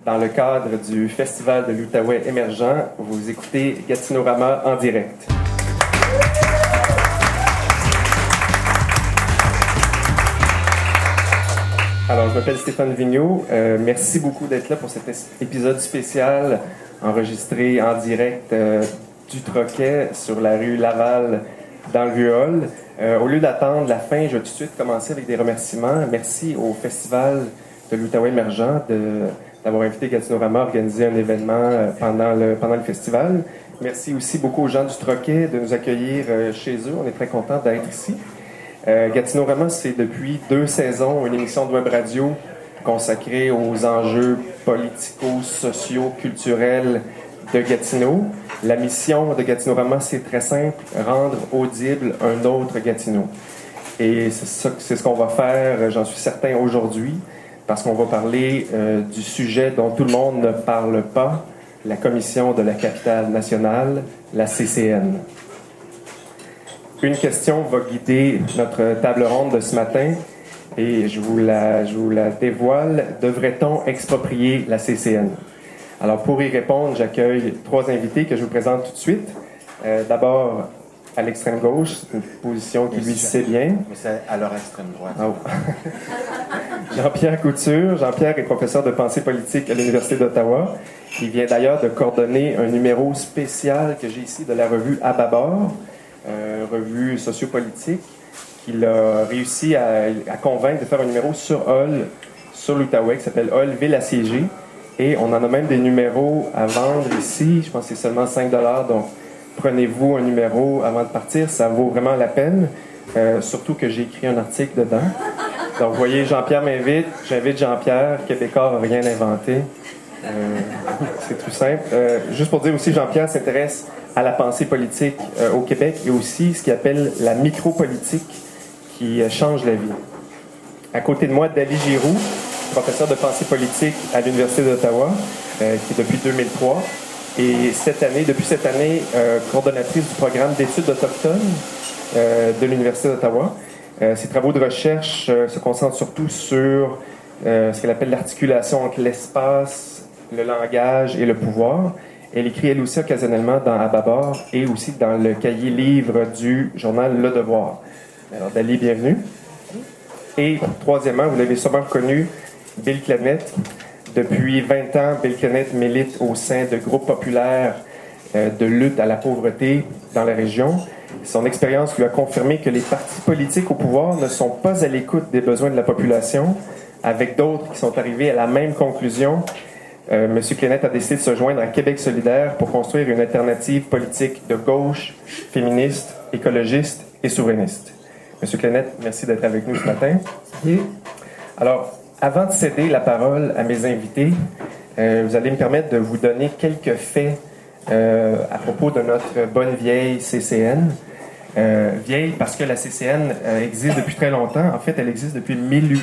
Dans le cadre du Festival de l'Outaouais émergent, vous écoutez Gatineau-Rama en direct. Alors, je m'appelle Stéphane Vigneault. Merci beaucoup d'être là pour cet épisode spécial enregistré en direct du Troquet sur la rue Laval dans le Vieux-Hall. Au lieu d'attendre la fin, je vais tout de suite commencer avec des remerciements. Merci au Festival de l'Outaouais émergent d'avoir invité Gatineau-Rama à organiser un événement pendant le festival. Merci aussi beaucoup aux gens du Troquet de nous accueillir chez eux. On est très contents d'être ici. Gatineau-Rama, c'est depuis 2 saisons une émission de web radio consacrée aux enjeux politico-sociaux, culturels de Gatineau. La mission de Gatineau-Rama, c'est très simple, rendre audible un autre Gatineau. Et c'est ce qu'on va faire, j'en suis certain, aujourd'hui, parce qu'on va parler du sujet dont tout le monde ne parle pas, la Commission de la capitale nationale, la CCN. Une question va guider notre table ronde de ce matin et je vous la dévoile. Devrait-on exproprier la CCN? Alors, pour y répondre, j'accueille 3 invités que je vous présente tout de suite. D'abord, à l'extrême gauche, c'est une position qui lui sait bien. Mais c'est à leur extrême droite. Oh. Jean-Pierre Couture. Jean-Pierre est professeur de pensée politique à l'Université d'Ottawa. Il vient d'ailleurs de coordonner un numéro spécial que j'ai ici de la revue À Bâbord, revue sociopolitique, qu'il a réussi à convaincre de faire un numéro sur Hull, sur l'Outaouais, qui s'appelle Hull, ville assiégée. Et on en a même des numéros à vendre ici. Je pense que c'est seulement 5 $. Donc, prenez-vous un numéro avant de partir. Ça vaut vraiment la peine. Surtout que j'ai écrit un article dedans. Donc, vous voyez, Jean-Pierre m'invite. J'invite Jean-Pierre. Québécois n'a rien inventé. C'est tout simple. Juste pour dire aussi, Jean-Pierre s'intéresse à la pensée politique au Québec et aussi ce qu'il appelle la micropolitique qui change la vie. À côté de moi, Dali Giroux, professeur de pensée politique à l'Université d'Ottawa, qui est depuis 2003. Et depuis cette année, coordonnatrice du programme d'études autochtones de l'Université d'Ottawa. Ses travaux de recherche se concentrent surtout sur ce qu'elle appelle l'articulation entre l'espace, le langage et le pouvoir. Elle écrit elle aussi occasionnellement dans À Bâbord et aussi dans le cahier livre du journal Le Devoir. Alors, Dali, bienvenue. Et troisièmement, vous l'avez sûrement reconnu, Bill Clenette. Depuis 20 ans, Bill Clenette milite au sein de groupes populaires de lutte à la pauvreté dans la région. Son expérience lui a confirmé que les partis politiques au pouvoir ne sont pas à l'écoute des besoins de la population, avec d'autres qui sont arrivés à la même conclusion. M. Clenette a décidé de se joindre à Québec solidaire pour construire une alternative politique de gauche, féministe, écologiste et souverainiste. M. Clenette, merci d'être avec nous ce matin. Et alors, avant de céder la parole à mes invités, vous allez me permettre de vous donner quelques faits à propos de notre bonne vieille CCN. Vieille parce que la CCN existe depuis très longtemps. En fait, elle existe depuis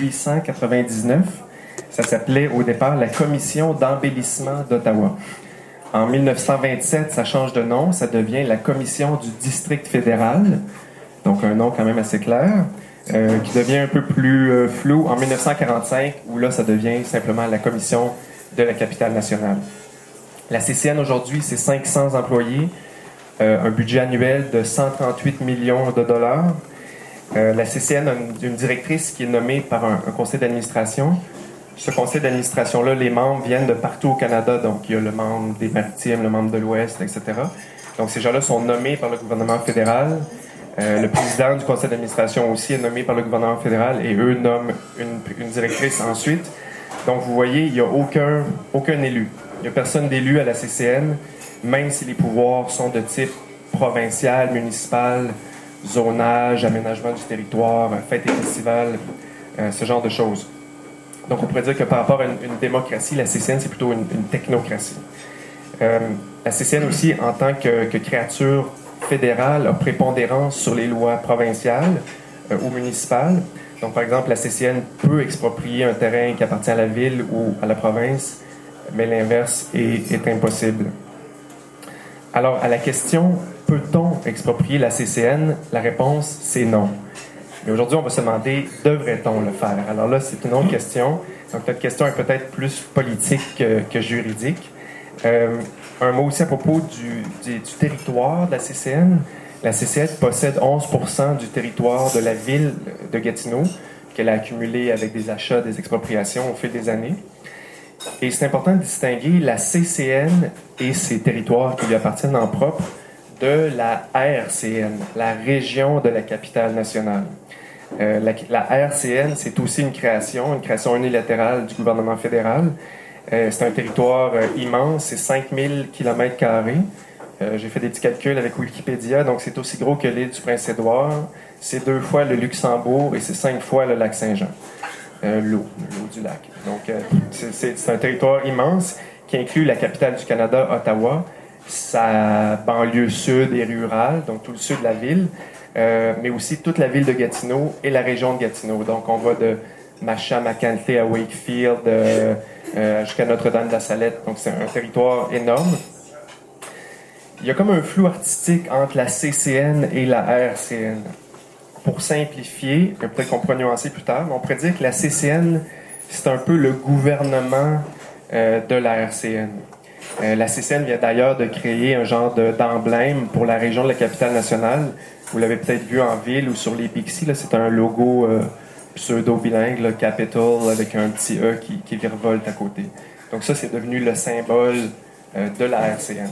1899. Ça s'appelait au départ la Commission d'embellissement d'Ottawa. En 1927, ça change de nom. Ça devient la Commission du District fédéral. Donc, un nom quand même assez clair. Qui devient un peu plus flou en 1945, où là, ça devient simplement la Commission de la capitale nationale. La CCN, aujourd'hui, c'est 500 employés, un budget annuel de 138 millions de dollars. La CCN a une directrice qui est nommée par un conseil d'administration. Ce conseil d'administration-là, les membres viennent de partout au Canada. Donc, il y a le membre des Maritimes, le membre de l'Ouest, etc. Donc, ces gens-là sont nommés par le gouvernement fédéral. Le président du conseil d'administration aussi est nommé par le gouvernement fédéral et eux nomment une directrice ensuite. Donc, vous voyez, il n'y a aucun élu. Il n'y a personne d'élu à la CCN, même si les pouvoirs sont de type provincial, municipal, zonage, aménagement du territoire, fêtes et festivals, ce genre de choses. Donc, on pourrait dire que par rapport à une démocratie, la CCN, c'est plutôt une technocratie. La CCN aussi, en tant que créature fédérale, a prépondérance sur les lois provinciales ou municipales. Donc, par exemple, la CCN peut exproprier un terrain qui appartient à la ville ou à la province, mais l'inverse est impossible. Alors, à la question « Peut-on exproprier la CCN ?» la réponse, c'est non. Mais aujourd'hui, on va se demander « Devrait-on le faire ?» Alors là, c'est une autre question. Donc, notre question est peut-être plus politique que juridique. Un mot aussi à propos du territoire de la CCN. La CCN possède 11% du territoire de la ville de Gatineau, qu'elle a accumulé avec des achats, des expropriations au fil des années. Et c'est important de distinguer la CCN et ses territoires qui lui appartiennent en propre de la RCN, la région de la capitale nationale. La RCN, c'est aussi une création unilatérale du gouvernement fédéral. C'est un territoire immense, c'est 5000 km². J'ai fait des petits calculs avec Wikipédia, donc c'est aussi gros que l'île du Prince-Édouard, c'est 2 fois le Luxembourg et c'est 5 fois le lac Saint-Jean. L'eau du lac. Donc, c'est un territoire immense qui inclut la capitale du Canada, Ottawa, sa banlieue sud et rurale, donc tout le sud de la ville, mais aussi toute la ville de Gatineau et la région de Gatineau. Donc, on va de Machamacantay à Wakefield jusqu'à Notre-Dame-de-la-Salette. Donc, c'est un territoire énorme. Il y a comme un flou artistique entre la CCN et la RCN. Pour simplifier, peut-être qu'on pourra nuancer plus tard, mais on pourrait dire que la CCN, c'est un peu le gouvernement de la RCN. La CCN vient d'ailleurs de créer un genre d'emblème pour la région de la capitale nationale. Vous l'avez peut-être vu en ville ou sur les Pixie, là, c'est un logo pseudo-bilingue, là, Capital, avec un petit E qui virevolte à côté. Donc ça, c'est devenu le symbole de la RCN.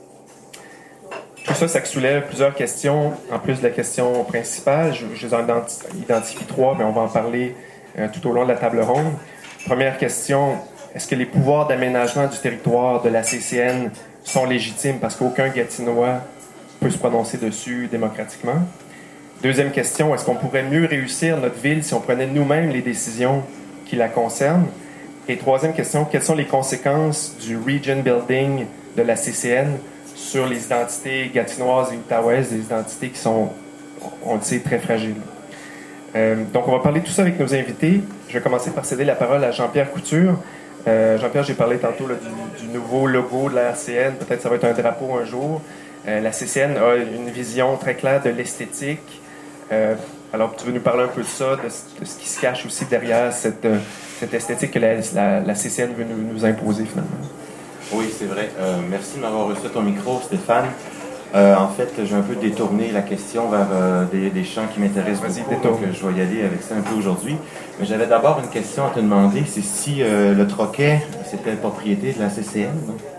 Tout ça, ça soulève plusieurs questions, en plus de la question principale. Je en identifie 3, mais on va en parler tout au long de la table ronde. Première question, est-ce que les pouvoirs d'aménagement du territoire de la CCN sont légitimes parce qu'aucun Gatinois peut se prononcer dessus démocratiquement? Deuxième question, est-ce qu'on pourrait mieux réussir notre ville si on prenait nous-mêmes les décisions qui la concernent? Et troisième question, quelles sont les conséquences du region building de la CCN sur les identités gatinoises et outaouaises, des identités qui sont, on le sait, très fragiles. Donc, on va parler de tout ça avec nos invités. Je vais commencer par céder la parole à Jean-Pierre Couture. Jean-Pierre, j'ai parlé tantôt là, du nouveau logo de la RCN. Peut-être que ça va être un drapeau un jour. La CCN a une vision très claire de l'esthétique. Alors, tu veux nous parler un peu de ça, de ce qui se cache aussi derrière cette esthétique que la CCN veut nous imposer, finalement? Oui, c'est vrai. Merci de m'avoir reçu à ton micro, Stéphane. En fait, j'ai un peu détourné la question vers des champs qui m'intéressent beaucoup, donc je vais y aller avec ça un peu aujourd'hui. Mais j'avais d'abord une question à te demander, c'est si le Troquet, c'était la propriété de la CCN?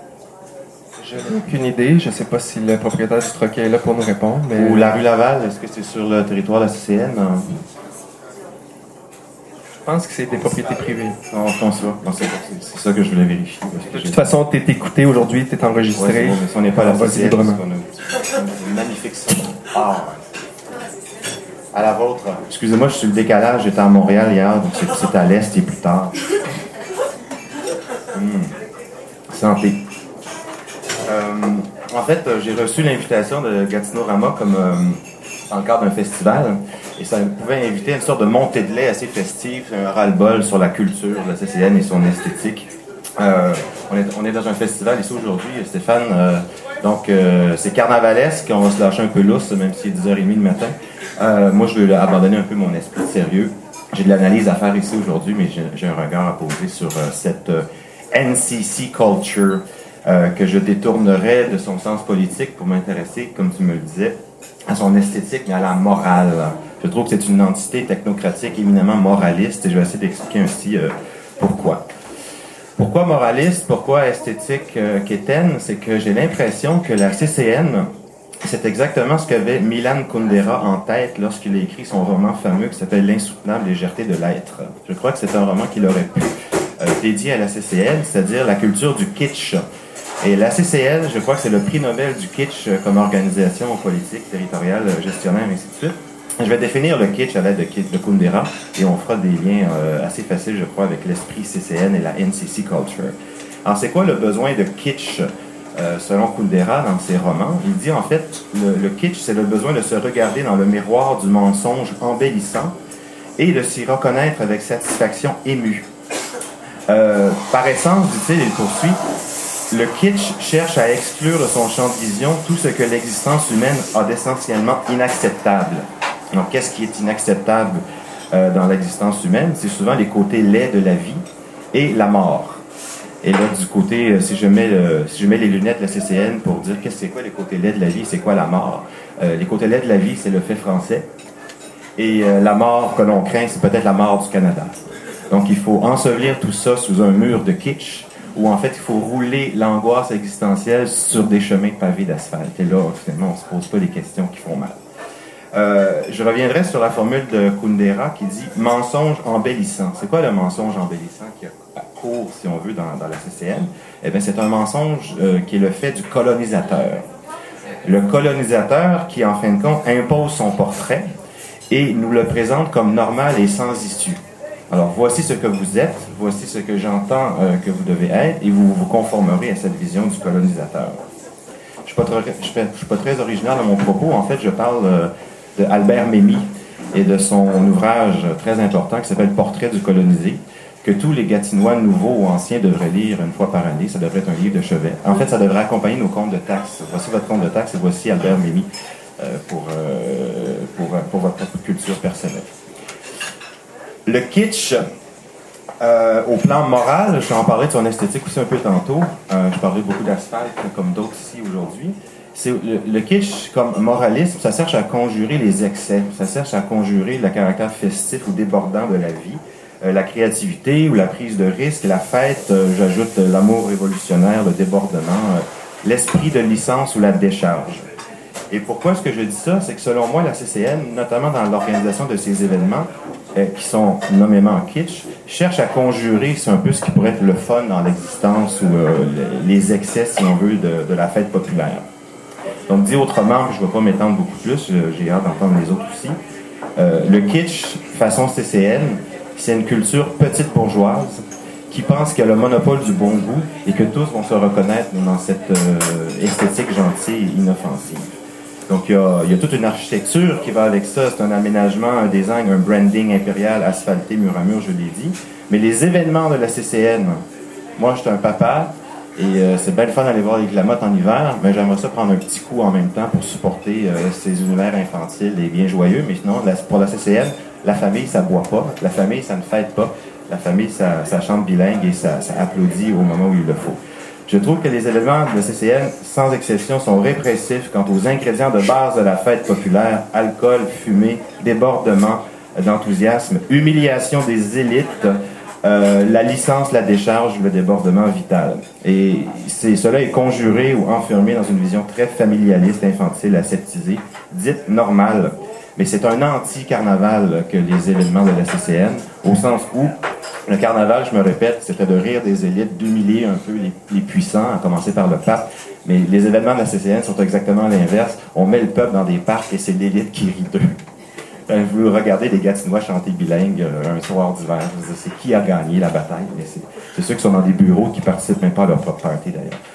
Je n'ai aucune idée. Je ne sais pas si le propriétaire du Troquet est là pour nous répondre. Mais... Ou la rue Laval, est-ce que c'est sur le territoire de la CCN? Je pense que c'est des propriétés privées. Non, je pense pas. Non, c'est ça que je voulais vérifier. De toute façon, tu es écouté aujourd'hui, tu es enregistré. Ouais, bon, mais si on n'est pas à la CCN, parce qu'on a une magnifique son. Ah, à la vôtre. Excusez-moi, je suis le décalage. J'étais à Montréal hier, donc c'est à l'est et plus tard. Santé. En fait, j'ai reçu l'invitation de Gatineau-Rama comme dans le cadre d'un festival. Et ça pouvait inviter une sorte de montée de lait assez festive, un ras-le-bol sur la culture de la CCN et son esthétique. On est dans un festival ici aujourd'hui, Stéphane. Donc, c'est carnavalesque, on va se lâcher un peu lousse, même si c'est 10h30 le matin. Moi, je veux abandonner un peu mon esprit sérieux. J'ai de l'analyse à faire ici aujourd'hui, mais j'ai un regard à poser sur cette NCC culture que je détournerais de son sens politique pour m'intéresser, comme tu me le disais, à son esthétique, mais à la morale. Je trouve que c'est une entité technocratique éminemment moraliste et je vais essayer d'expliquer ainsi pourquoi. Pourquoi moraliste? Pourquoi esthétique quétaine? C'est que j'ai l'impression que la CCN, c'est exactement ce qu'avait Milan Kundera en tête lorsqu'il a écrit son roman fameux qui s'appelle L'insoutenable légèreté de l'être. Je crois que c'est un roman qu'il aurait pu dédier à la CCN, c'est-à-dire la culture du kitsch. Et la CCN, je crois que c'est le prix Nobel du kitsch comme organisation politique, territoriale, gestionnaire, et ainsi de suite. Je vais définir le kitsch à l'aide de Kundera et on fera des liens assez faciles, je crois, avec l'esprit CCN et la NCC culture. Alors, c'est quoi le besoin de kitsch selon Kundera dans ses romans? Il dit en fait, le kitsch, c'est le besoin de se regarder dans le miroir du mensonge embellissant et de s'y reconnaître avec satisfaction émue. Par essence, dit-il, il poursuit, le kitsch cherche à exclure de son champ de vision tout ce que l'existence humaine a d'essentiellement inacceptable. Donc, qu'est-ce qui est inacceptable dans l'existence humaine? C'est souvent les côtés laids de la vie et la mort. Et là, du côté, si je mets les lunettes de la CCN pour dire qu'est-ce que c'est quoi les côtés laids de la vie, c'est quoi la mort, les côtés laids de la vie, c'est le fait français. Et la mort que l'on craint, c'est peut-être la mort du Canada. Donc, il faut ensevelir tout ça sous un mur de kitsch, où en fait, il faut rouler l'angoisse existentielle sur des chemins pavés d'asphalte. Et là, finalement, on se pose pas des questions qui font mal. Je reviendrai sur la formule de Kundera qui dit « mensonge embellissant ». C'est quoi le mensonge embellissant qui a cours, si on veut, dans la CCN? Eh bien, c'est un mensonge qui est le fait du colonisateur. Le colonisateur qui, en fin de compte, impose son portrait et nous le présente comme normal et sans issue. Alors, voici ce que vous êtes, voici ce que j'entends que vous devez être, et vous vous conformerez à cette vision du colonisateur. Je ne suis pas très original dans mon propos. En fait, je parle de Albert Memmi et de son ouvrage très important qui s'appelle « Portrait du colonisé », que tous les Gatinois nouveaux ou anciens devraient lire une fois par année. Ça devrait être un livre de chevet. En fait, ça devrait accompagner nos comptes de taxes. Voici votre compte de taxes et voici Albert Memmi pour votre culture personnelle. Le kitsch, au plan moral, je vais en parler de son esthétique aussi un peu tantôt. Je parlais beaucoup d'asphalte, comme d'autres ici aujourd'hui. C'est le kitsch, comme moralisme, ça cherche à conjurer les excès. Ça cherche à conjurer le caractère festif ou débordant de la vie. La créativité ou la prise de risque, la fête, j'ajoute l'amour révolutionnaire, le débordement, l'esprit de licence ou la décharge. Et pourquoi est-ce que je dis ça? C'est que selon moi, la CCN, notamment dans l'organisation de ces événements, qui sont nommément kitsch, cherche à conjurer, c'est un peu ce qui pourrait être le fun dans l'existence ou les excès, si on veut, de la fête populaire. Donc, dit autrement, je ne vais pas m'étendre beaucoup plus, j'ai hâte d'entendre les autres aussi. Le kitsch, façon CCN, c'est une culture petite bourgeoise qui pense qu'elle a le monopole du bon goût et que tous vont se reconnaître dans cette esthétique gentille et inoffensive. Donc, il y a toute une architecture qui va avec ça. C'est un aménagement, un design, un branding impérial asphalté mur à mur, je l'ai dit. Mais les événements de la CCN, moi, je suis un papa et c'est bien le fun d'aller voir les glamottes en hiver, mais j'aimerais ça prendre un petit coup en même temps pour supporter ces univers infantiles et bien joyeux. Mais sinon, pour la CCN, la famille, ça boit pas. La famille, ça ne fête pas. La famille, ça chante bilingue et ça applaudit au moment où il le faut. Je trouve que les éléments de CCN, sans exception, sont répressifs quant aux ingrédients de base de la fête populaire: alcool, fumée, débordement d'enthousiasme, humiliation des élites, la licence, la décharge, le débordement vital. Et cela est conjuré ou enfermé dans une vision très familialiste, infantile, aseptisée, dite normale. Mais c'est un anti-carnaval que les événements de la CCN, au sens où le carnaval, je me répète, c'était de rire des élites, d'humilier un peu les puissants, à commencer par le pape. Mais les événements de la CCN sont exactement l'inverse. On met le peuple dans des parcs et c'est l'élite qui rit d'eux. Vous regardez les Gatinois chanter bilingue un soir d'hiver, c'est qui a gagné la bataille? Mais c'est ceux qui sont dans des bureaux qui participent même pas à leur propre party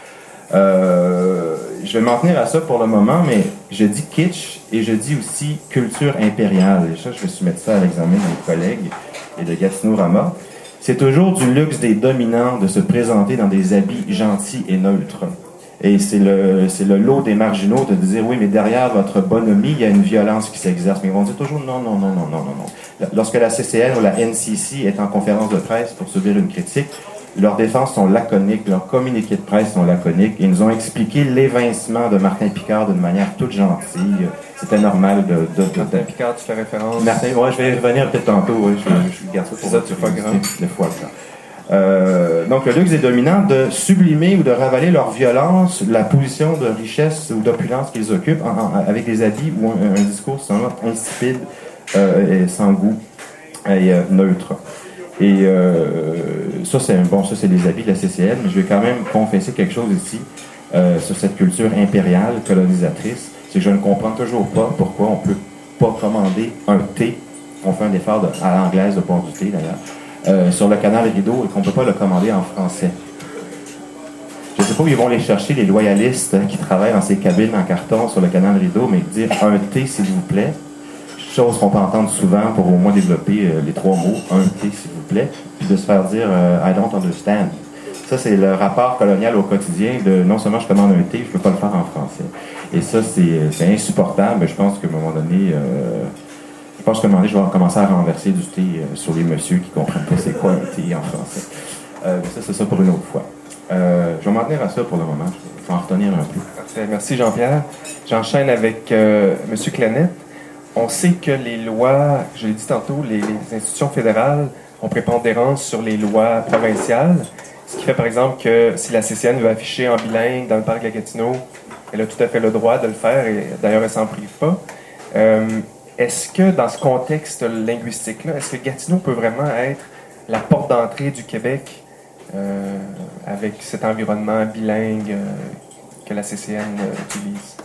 d'ailleurs. Je vais m'en tenir à ça pour le moment, mais je dis kitsch et je dis aussi culture impériale. Et ça, je vais soumettre ça à l'examen de mes collègues et de Gatineau-Rama. C'est toujours du luxe des dominants de se présenter dans des habits gentils et neutres. Et c'est le lot des marginaux de dire, oui, mais derrière votre bonhomie, il y a une violence qui s'exerce. Mais ils vont dire toujours, non. Lorsque la CCN ou la NCC est en conférence de presse pour subir une critique, leurs défenses sont laconiques, leurs communiqués de presse sont laconiques. Ils nous ont expliqué l'évincement de Martin Picard d'une manière toute gentille. C'était normal de Martin Picard, tu fais référence? Martin, ouais, je vais y revenir peut-être tantôt. Ouais, je garde ça pour ça, tu foie gras. Le foie gras. Donc, le luxe des dominants de sublimer ou de ravaler leur violence, la position de richesse ou d'opulence qu'ils occupent avec des habits ou un discours insipide et sans goût et neutre. Et ça, c'est les habits de la CCN, mais je vais quand même confesser quelque chose ici sur cette culture impériale, colonisatrice. C'est que je ne comprends toujours pas pourquoi on peut pas commander un thé. On fait un effort à l'anglaise de boire du thé, d'ailleurs, sur le canal Rideau et qu'on ne peut pas le commander en français. Je ne sais pas où ils vont les chercher, les loyalistes qui travaillent dans ces cabines en carton sur le canal Rideau, mais dire un thé, s'il vous plaît, chose qu'on peut entendre souvent pour au moins développer les 3 mots, un thé, s'il vous plaît, puis de se faire dire I don't understand. Ça, c'est le rapport colonial au quotidien de non seulement je commande un thé, je ne peux pas le faire en français. Et ça, c'est insupportable, mais je pense qu'à un moment donné, je vais commencer à renverser du thé sur les messieurs qui ne comprennent pas c'est quoi un thé en français. Ça, c'est ça pour une autre fois. Je vais m'en tenir à ça pour le moment. Je vais en retenir un peu. Parfait. Merci Jean-Pierre. J'enchaîne avec M. Clanette. On sait que les lois, je l'ai dit tantôt, les institutions fédérales ont prépondérance sur les lois provinciales, ce qui fait par exemple que si la CCN veut afficher en bilingue dans le parc de la Gatineau, elle a tout à fait le droit de le faire et d'ailleurs elle s'en prive pas. Est-ce que dans ce contexte linguistique-là, est-ce que Gatineau peut vraiment être la porte d'entrée du Québec avec cet environnement bilingue que la CCN utilise?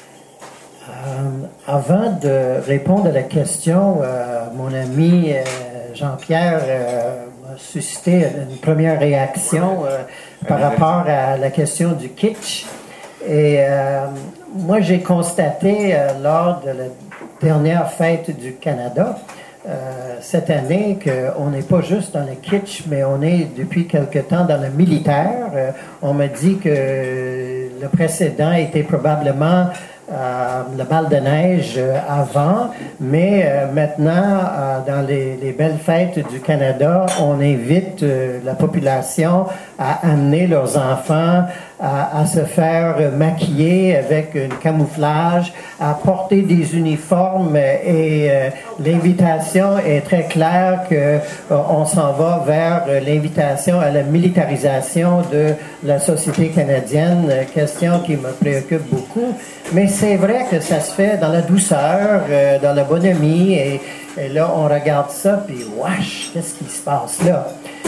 Avant de répondre à la question, mon ami Jean-Pierre m'a suscité une première réaction par rapport à la question du kitsch. Et moi, j'ai constaté lors de la dernière fête du Canada cette année qu'on n'est pas juste dans le kitsch, mais on est depuis quelque temps dans le militaire. On m'a dit que le précédent était probablement le bal de neige avant, mais maintenant, dans les belles fêtes du Canada, on invite la population à amener leurs enfants à se faire maquiller avec un camouflage, à porter des uniformes et l'invitation est très claire que on s'en va vers l'invitation à la militarisation de la société canadienne, question qui me préoccupe beaucoup. Mais c'est vrai que ça se fait dans la douceur, dans la bonhomie et là on regarde ça puis wesh, qu'est-ce qui se passe là?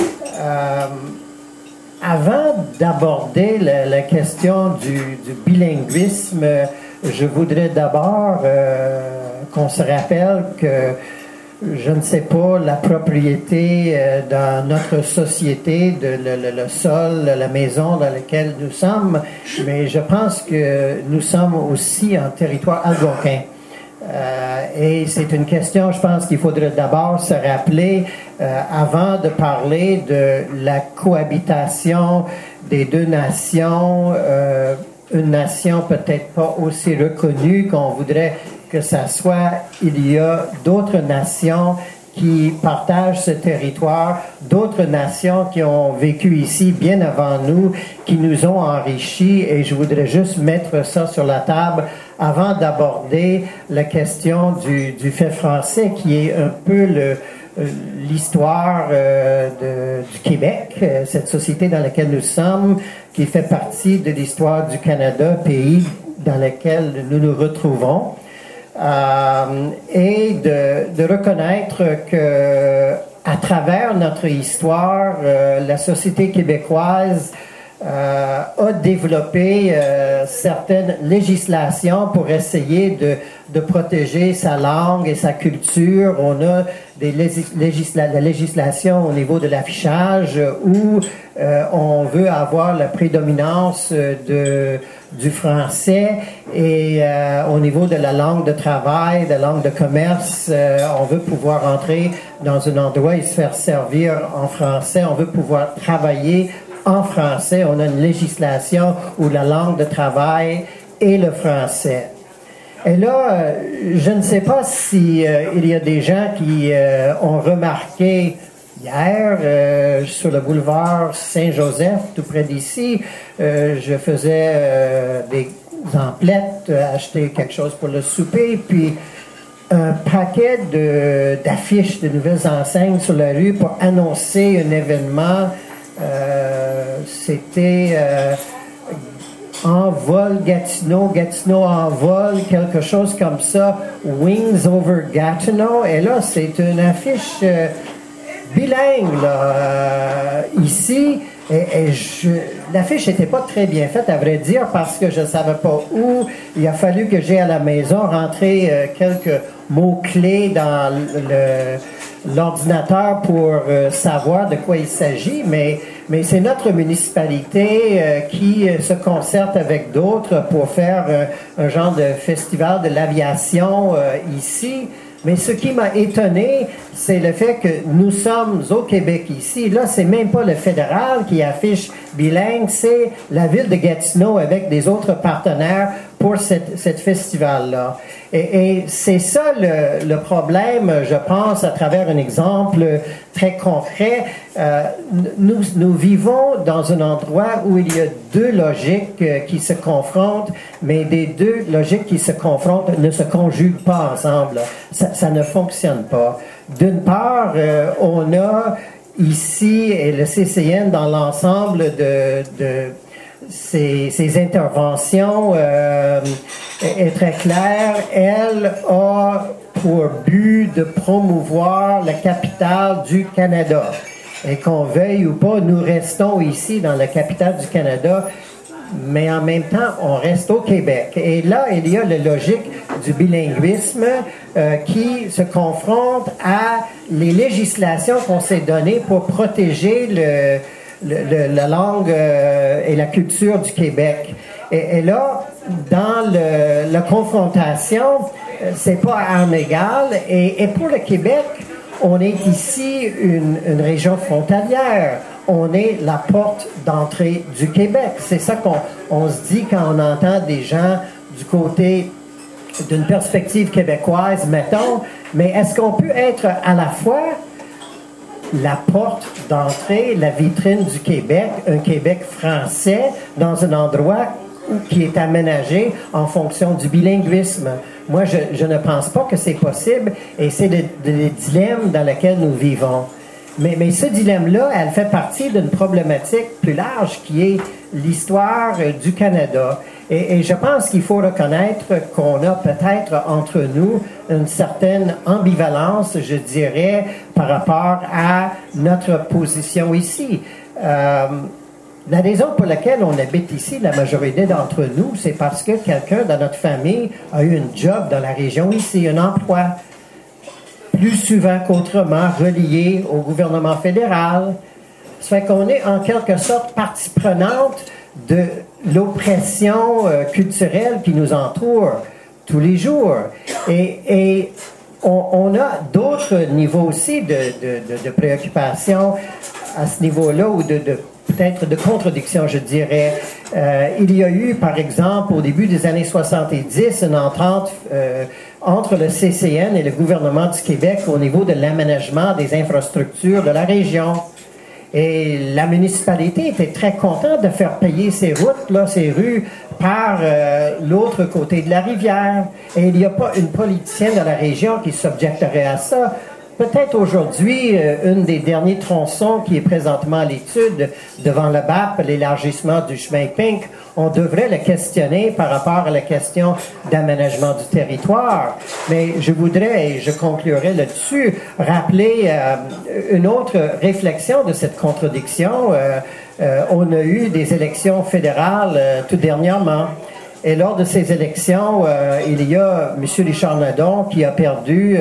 Avant d'aborder la question du bilinguisme, je voudrais d'abord qu'on se rappelle que, je ne sais pas, la propriété dans notre société, le sol, la maison dans laquelle nous sommes, mais je pense que nous sommes aussi en territoire algonquin. Et c'est une question, je pense qu'il faudrait d'abord se rappeler, avant de parler de la cohabitation des deux nations, une nation peut-être pas aussi reconnue qu'on voudrait que ça soit. Il y a d'autres nations qui partagent ce territoire, d'autres nations qui ont vécu ici bien avant nous, qui nous ont enrichis, et je voudrais juste mettre ça sur la table avant d'aborder la question du fait français, qui est un peu l'histoire du Québec, cette société dans laquelle nous sommes, qui fait partie de l'histoire du Canada, pays dans lequel nous nous retrouvons. Et de reconnaître que à travers notre histoire, la société québécoise a développé certaines législations pour essayer de protéger sa langue et sa culture. On a la législation au niveau de l'affichage où on veut avoir la prédominance du français et au niveau de la langue de travail, de la langue de commerce, on veut pouvoir entrer dans un endroit et se faire servir en français. On veut pouvoir travailler en français. On a une législation où la langue de travail est le français. Et là, je ne sais pas si il y a des gens qui ont remarqué hier, sur le boulevard Saint-Joseph, tout près d'ici, je faisais des emplettes, acheter quelque chose pour le souper, puis un paquet d'affiches, de nouvelles enseignes sur la rue pour annoncer un événement. C'était en vol Gatineau, Gatineau en vol, quelque chose comme ça, Wings over Gatineau. Et là, c'est une affiche bilingue là, ici. Et l'affiche n'était pas très bien faite, à vrai dire, parce que je ne savais pas où. Il a fallu que j'aille à la maison rentrer quelques mots-clés dans l'ordinateur pour savoir de quoi il s'agit, mais c'est notre municipalité qui se concerte avec d'autres pour faire un genre de festival de l'aviation ici. Mais ce qui m'a étonné, c'est le fait que nous sommes au Québec ici. Là, c'est même pas le fédéral qui affiche bilingue, c'est la ville de Gatineau avec des autres partenaires pour cette festival-là. Et c'est ça le problème, je pense, à travers un exemple très concret. Nous vivons dans un endroit où il y a deux logiques qui se confrontent, mais des deux logiques qui se confrontent ne se conjuguent pas ensemble. Ça ne fonctionne pas. D'une part, on a ici, et le CCN dans l'ensemble de ses interventions est très claire. Elle a pour but de promouvoir la capitale du Canada. Et qu'on veuille ou pas, nous restons ici dans la capitale du Canada, mais en même temps, on reste au Québec. Et là, il y a la logique du bilinguisme qui se confronte à les législations qu'on s'est données pour protéger la langue et la culture du Québec. Et là, dans la confrontation, c'est pas à armes égales. Et pour le Québec, on est ici une région frontalière. On est la porte d'entrée du Québec. C'est ça qu'on se dit quand on entend des gens du côté d'une perspective québécoise, mettons. Mais est-ce qu'on peut être à la fois la porte d'entrée, la vitrine du Québec, un Québec français, dans un endroit qui est aménagé en fonction du bilinguisme? Moi, je ne pense pas que c'est possible, et c'est le dilemme dans lequel nous vivons. Mais ce dilemme-là, elle fait partie d'une problématique plus large qui est l'histoire du Canada. Et je pense qu'il faut reconnaître qu'on a peut-être entre nous une certaine ambivalence, je dirais, par rapport à notre position ici. La raison pour laquelle on habite ici, la majorité d'entre nous, c'est parce que quelqu'un dans notre famille a eu un job dans la région ici, un emploi, plus souvent qu'autrement relié au gouvernement fédéral. Ça fait qu'on est en quelque sorte partie prenante de l'oppression culturelle qui nous entoure tous les jours. Et on a d'autres niveaux aussi de préoccupation à ce niveau-là, ou peut-être de contradiction, je dirais. Il y a eu, par exemple, au début des années 70, une entente entre le CCN et le gouvernement du Québec au niveau de l'aménagement des infrastructures de la région. Et la municipalité était très contente de faire payer ces routes, là, ces rues, par l'autre côté de la rivière. Et il n'y a pas une politicienne de la région qui s'objecterait à ça. Peut-être aujourd'hui, une des derniers tronçons qui est présentement à l'étude devant le BAP, l'élargissement du chemin Pink, on devrait le questionner par rapport à la question d'aménagement du territoire. Mais je voudrais, et je conclurai là-dessus, rappeler une autre réflexion de cette contradiction. On a eu des élections fédérales tout dernièrement. Et lors de ces élections, il y a M. Richard Nadon qui a perdu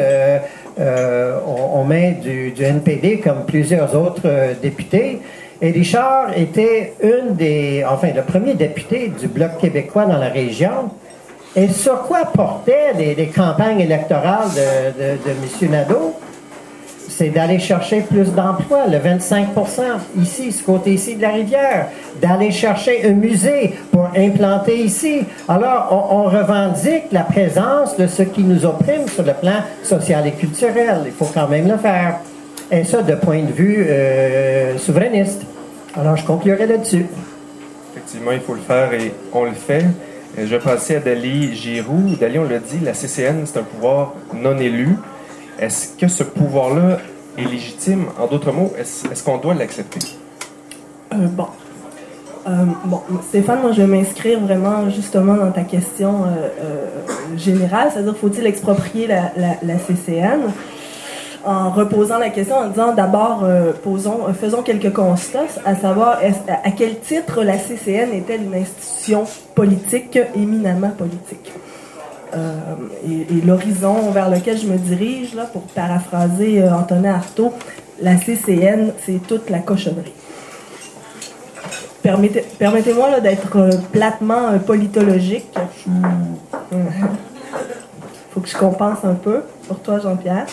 aux mains du NPD comme plusieurs autres députés. Et Richard était le premier député du Bloc québécois dans la région. Et sur quoi portaient les campagnes électorales de M. Nadeau? C'est d'aller chercher plus d'emplois, le 25 ici, ce côté-ci de la rivière, d'aller chercher un musée pour implanter ici. Alors, on revendique la présence de ce qui nous opprime sur le plan social et culturel. Il faut quand même le faire. Et ça, de point de vue souverainiste. Alors, je conclurai là-dessus. Effectivement, il faut le faire et on le fait. Je vais passer à Dali Giroux. Dali, on l'a dit, la CCN, c'est un pouvoir non élu. Est-ce que ce pouvoir-là est légitime? En d'autres mots, est-ce qu'on doit l'accepter? Bon, Stéphane, moi, je vais m'inscrire vraiment justement dans ta question générale, c'est-à-dire faut-il exproprier la CCN? En reposant la question, en disant d'abord, faisons quelques constats, à savoir à quel titre la CCN est-elle une institution politique, éminemment politique. Et l'horizon vers lequel je me dirige, là, pour paraphraser Antonin Artaud, la CCN, c'est toute la cochonnerie. Permettez-moi là, d'être platement politologique. Faut que je compense un peu pour toi, Jean-Pierre.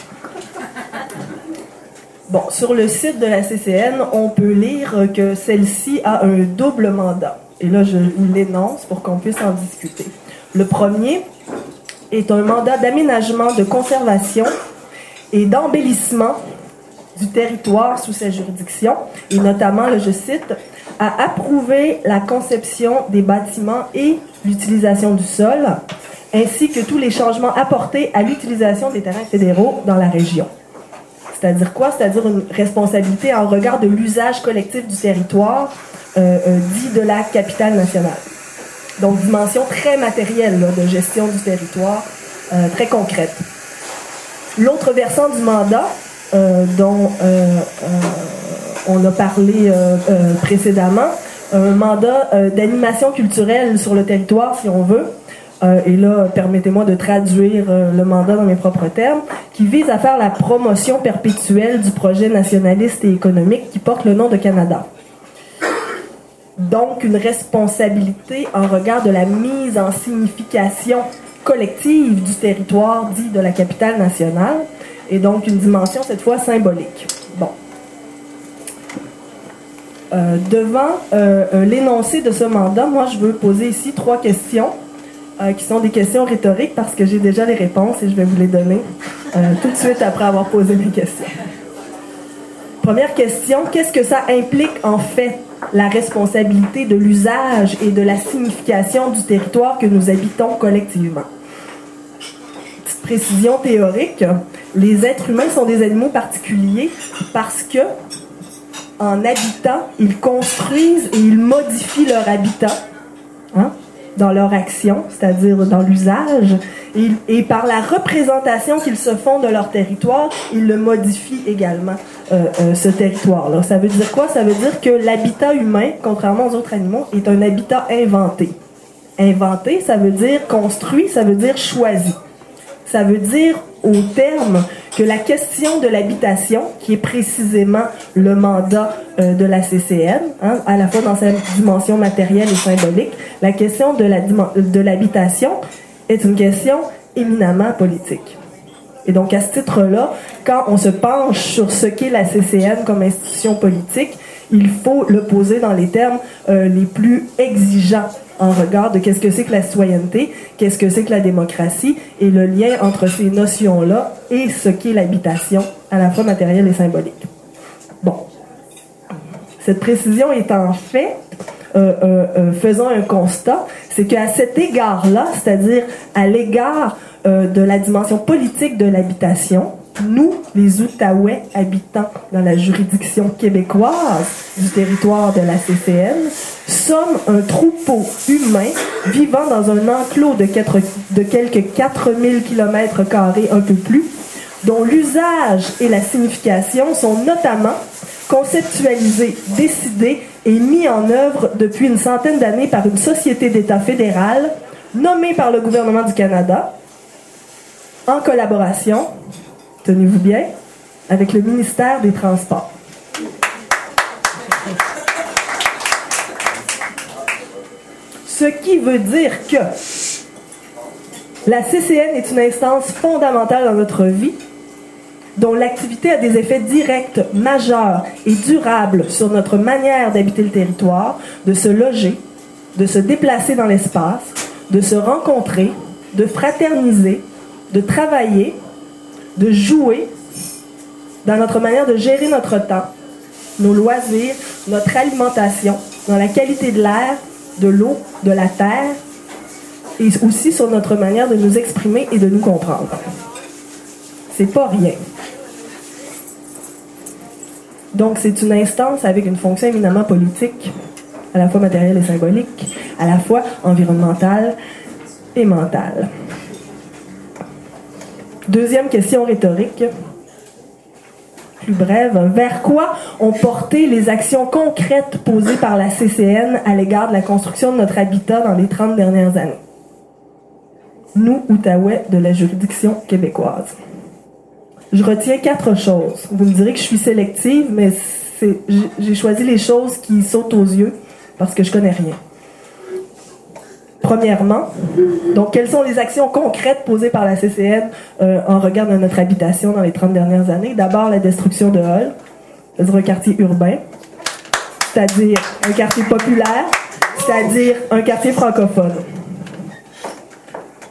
Bon, sur le site de la CCN, on peut lire que celle-ci a un double mandat. Et là, je l'énonce pour qu'on puisse en discuter. Le premier est un mandat d'aménagement, de conservation et d'embellissement du territoire sous sa juridiction, et notamment, là, je cite, à approuver la conception des bâtiments et l'utilisation du sol, ainsi que tous les changements apportés à l'utilisation des terrains fédéraux dans la région. C'est-à-dire quoi? C'est-à-dire une responsabilité en regard de l'usage collectif du territoire dit de la capitale nationale. Donc, dimension très matérielle là, de gestion du territoire, très concrète. L'autre versant du mandat, dont on a parlé précédemment, un mandat d'animation culturelle sur le territoire, si on veut, et là, permettez-moi de traduire le mandat dans mes propres termes, qui vise à faire la promotion perpétuelle du projet nationaliste et économique qui porte le nom de Canada. Donc, une responsabilité en regard de la mise en signification collective du territoire dit de la capitale nationale, et donc une dimension cette fois symbolique. Bon. Devant l'énoncé de ce mandat, moi je veux poser ici 3 questions qui sont des questions rhétoriques parce que j'ai déjà les réponses et je vais vous les donner tout de suite après avoir posé mes questions. Première question, qu'est-ce que ça implique en fait la responsabilité de l'usage et de la signification du territoire que nous habitons collectivement? Petite précision théorique, les êtres humains sont des animaux particuliers parce que, en habitant, ils construisent et ils modifient leur habitat, hein, dans leur action, c'est-à-dire dans l'usage, et par la représentation qu'ils se font de leur territoire, ils le modifient également, ce territoire-là. Ça veut dire quoi? Ça veut dire que l'habitat humain, contrairement aux autres animaux, est un habitat inventé. Inventé, ça veut dire construit, ça veut dire choisi. Ça veut dire, au terme, que la question de l'habitation, qui est précisément le mandat de la CCN, hein, à la fois dans sa dimension matérielle et symbolique, la question de l'habitation est une question éminemment politique. Et donc, à ce titre-là, quand on se penche sur ce qu'est la CCN comme institution politique, il faut le poser dans les termes les plus exigeants en regard de qu'est-ce que c'est que la citoyenneté, qu'est-ce que c'est que la démocratie, et le lien entre ces notions-là et ce qu'est l'habitation, à la fois matérielle et symbolique. Bon. Cette précision étant faite, faisons un constat, c'est qu'à cet égard-là, c'est-à-dire à l'égard de la dimension politique de l'habitation, nous, les Outaouais habitants dans la juridiction québécoise du territoire de la CCN, sommes un troupeau humain vivant dans un enclos de quelques 4000 km² un peu plus, dont l'usage et la signification sont notamment conceptualisés, décidés et mis en œuvre depuis une centaine d'années par une société d'État fédérale nommée par le gouvernement du Canada en collaboration, tenez-vous bien, avec le ministère des Transports. Ce qui veut dire que la CCN est une instance fondamentale dans notre vie, dont l'activité a des effets directs, majeurs et durables sur notre manière d'habiter le territoire, de se loger, de se déplacer dans l'espace, de se rencontrer, de fraterniser, de travailler, de jouer, dans notre manière de gérer notre temps, nos loisirs, notre alimentation, dans la qualité de l'air, de l'eau, de la terre, et aussi sur notre manière de nous exprimer et de nous comprendre. C'est pas rien. Donc, c'est une instance avec une fonction éminemment politique, à la fois matérielle et symbolique, à la fois environnementale et mentale. Deuxième question rhétorique, plus brève. Vers quoi ont porté les actions concrètes posées par la CCN à l'égard de la construction de notre habitat dans les 30 dernières années? Nous, Outaouais, de la juridiction québécoise. Je retiens 4 choses. Vous me direz que je suis sélective, mais j'ai choisi les choses qui sautent aux yeux parce que je connais rien. Premièrement, donc, quelles sont les actions concrètes posées par la CCN en regard de notre habitation dans les 30 dernières années? D'abord, la destruction de Hull, c'est-à-dire un quartier urbain, c'est-à-dire un quartier populaire, c'est-à-dire un quartier francophone.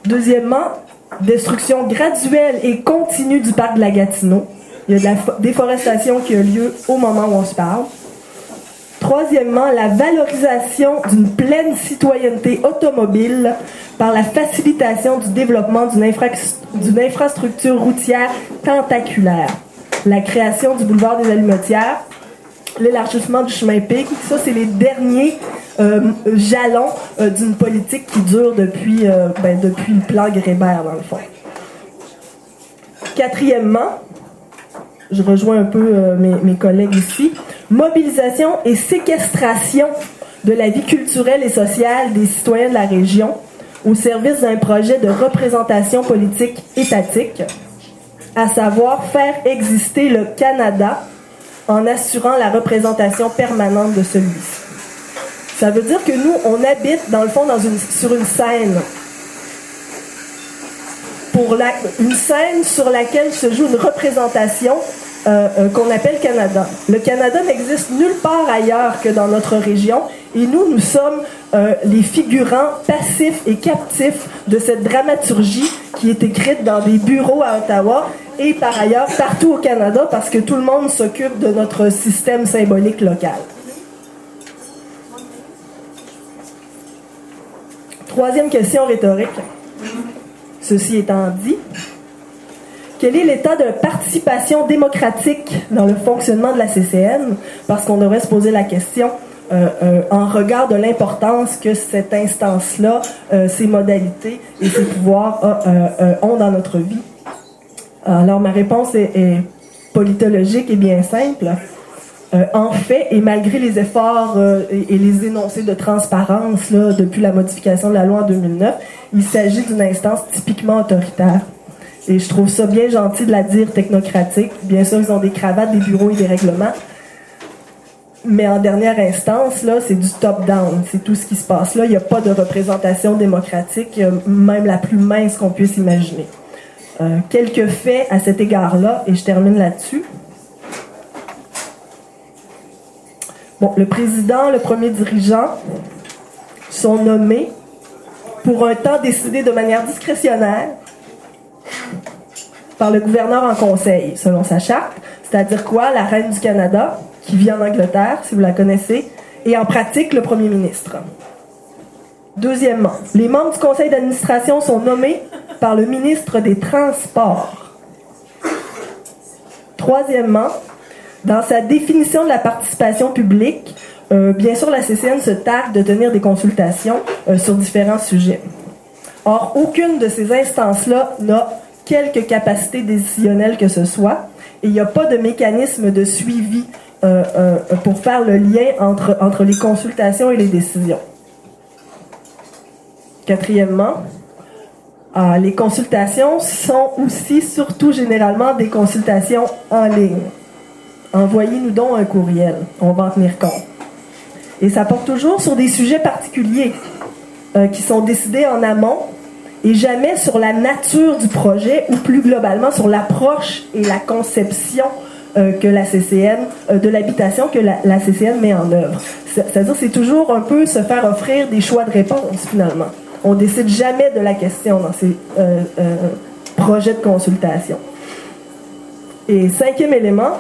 Deuxièmement, destruction graduelle et continue du parc de la Gatineau. Il y a de la déforestation qui a lieu au moment où on se parle. Troisièmement, la valorisation d'une pleine citoyenneté automobile par la facilitation du développement d'une infrastructure routière tentaculaire. La création du boulevard des Allumetières, l'élargissement du chemin Pic, ça c'est les derniers jalons d'une politique qui dure depuis le plan Grébert dans le fond. Quatrièmement, je rejoins un peu mes collègues ici, mobilisation et séquestration de la vie culturelle et sociale des citoyens de la région au service d'un projet de représentation politique étatique, à savoir faire exister le Canada en assurant la représentation permanente de celui-ci. Ça veut dire que nous, on habite, dans le fond, sur une scène. Une scène sur laquelle se joue une représentation qu'on appelle Canada. Le Canada n'existe nulle part ailleurs que dans notre région et nous sommes les figurants passifs et captifs de cette dramaturgie qui est écrite dans des bureaux à Ottawa et par ailleurs partout au Canada parce que tout le monde s'occupe de notre système symbolique local. Troisième question rhétorique. Ceci étant dit, quel est l'état de participation démocratique dans le fonctionnement de la CCN? Parce qu'on devrait se poser la question en regard de l'importance que cette instance-là, ses modalités et ses pouvoirs ont dans notre vie. Alors, ma réponse est politologique et bien simple. En fait, et malgré les efforts et les énoncés de transparence là, depuis la modification de la loi en 2009, il s'agit d'une instance typiquement autoritaire. Et je trouve ça bien gentil de la dire technocratique. Bien sûr, ils ont des cravates, des bureaux et des règlements. Mais en dernière instance, là, c'est du top-down. C'est tout ce qui se passe là. Il n'y a pas de représentation démocratique, même la plus mince qu'on puisse imaginer. Quelques faits à cet égard-là, et je termine là-dessus. Bon, le président, le premier dirigeant sont nommés pour un temps décidé de manière discrétionnaire par le gouverneur en conseil, selon sa charte. C'est-à-dire quoi? La reine du Canada, qui vit en Angleterre, si vous la connaissez, et en pratique, le premier ministre. Deuxièmement, les membres du conseil d'administration sont nommés par le ministre des Transports. Troisièmement, dans sa définition de la participation publique, bien sûr, la CCN se targue de tenir des consultations sur différents sujets. Or, aucune de ces instances-là n'a quelque capacité décisionnelle que ce soit, et il n'y a pas de mécanisme de suivi pour faire le lien entre les consultations et les décisions. Quatrièmement, les consultations sont aussi, surtout généralement, des consultations en ligne. Envoyez-nous donc un courriel, on va en tenir compte. Et ça porte toujours sur des sujets particuliers qui sont décidés en amont et jamais sur la nature du projet ou plus globalement sur l'approche et la conception que la CCN, de l'habitation que la CCN met en œuvre. C'est-à-dire c'est toujours un peu se faire offrir des choix de réponse finalement. On ne décide jamais de la question dans ces projets de consultation. Et cinquième élément,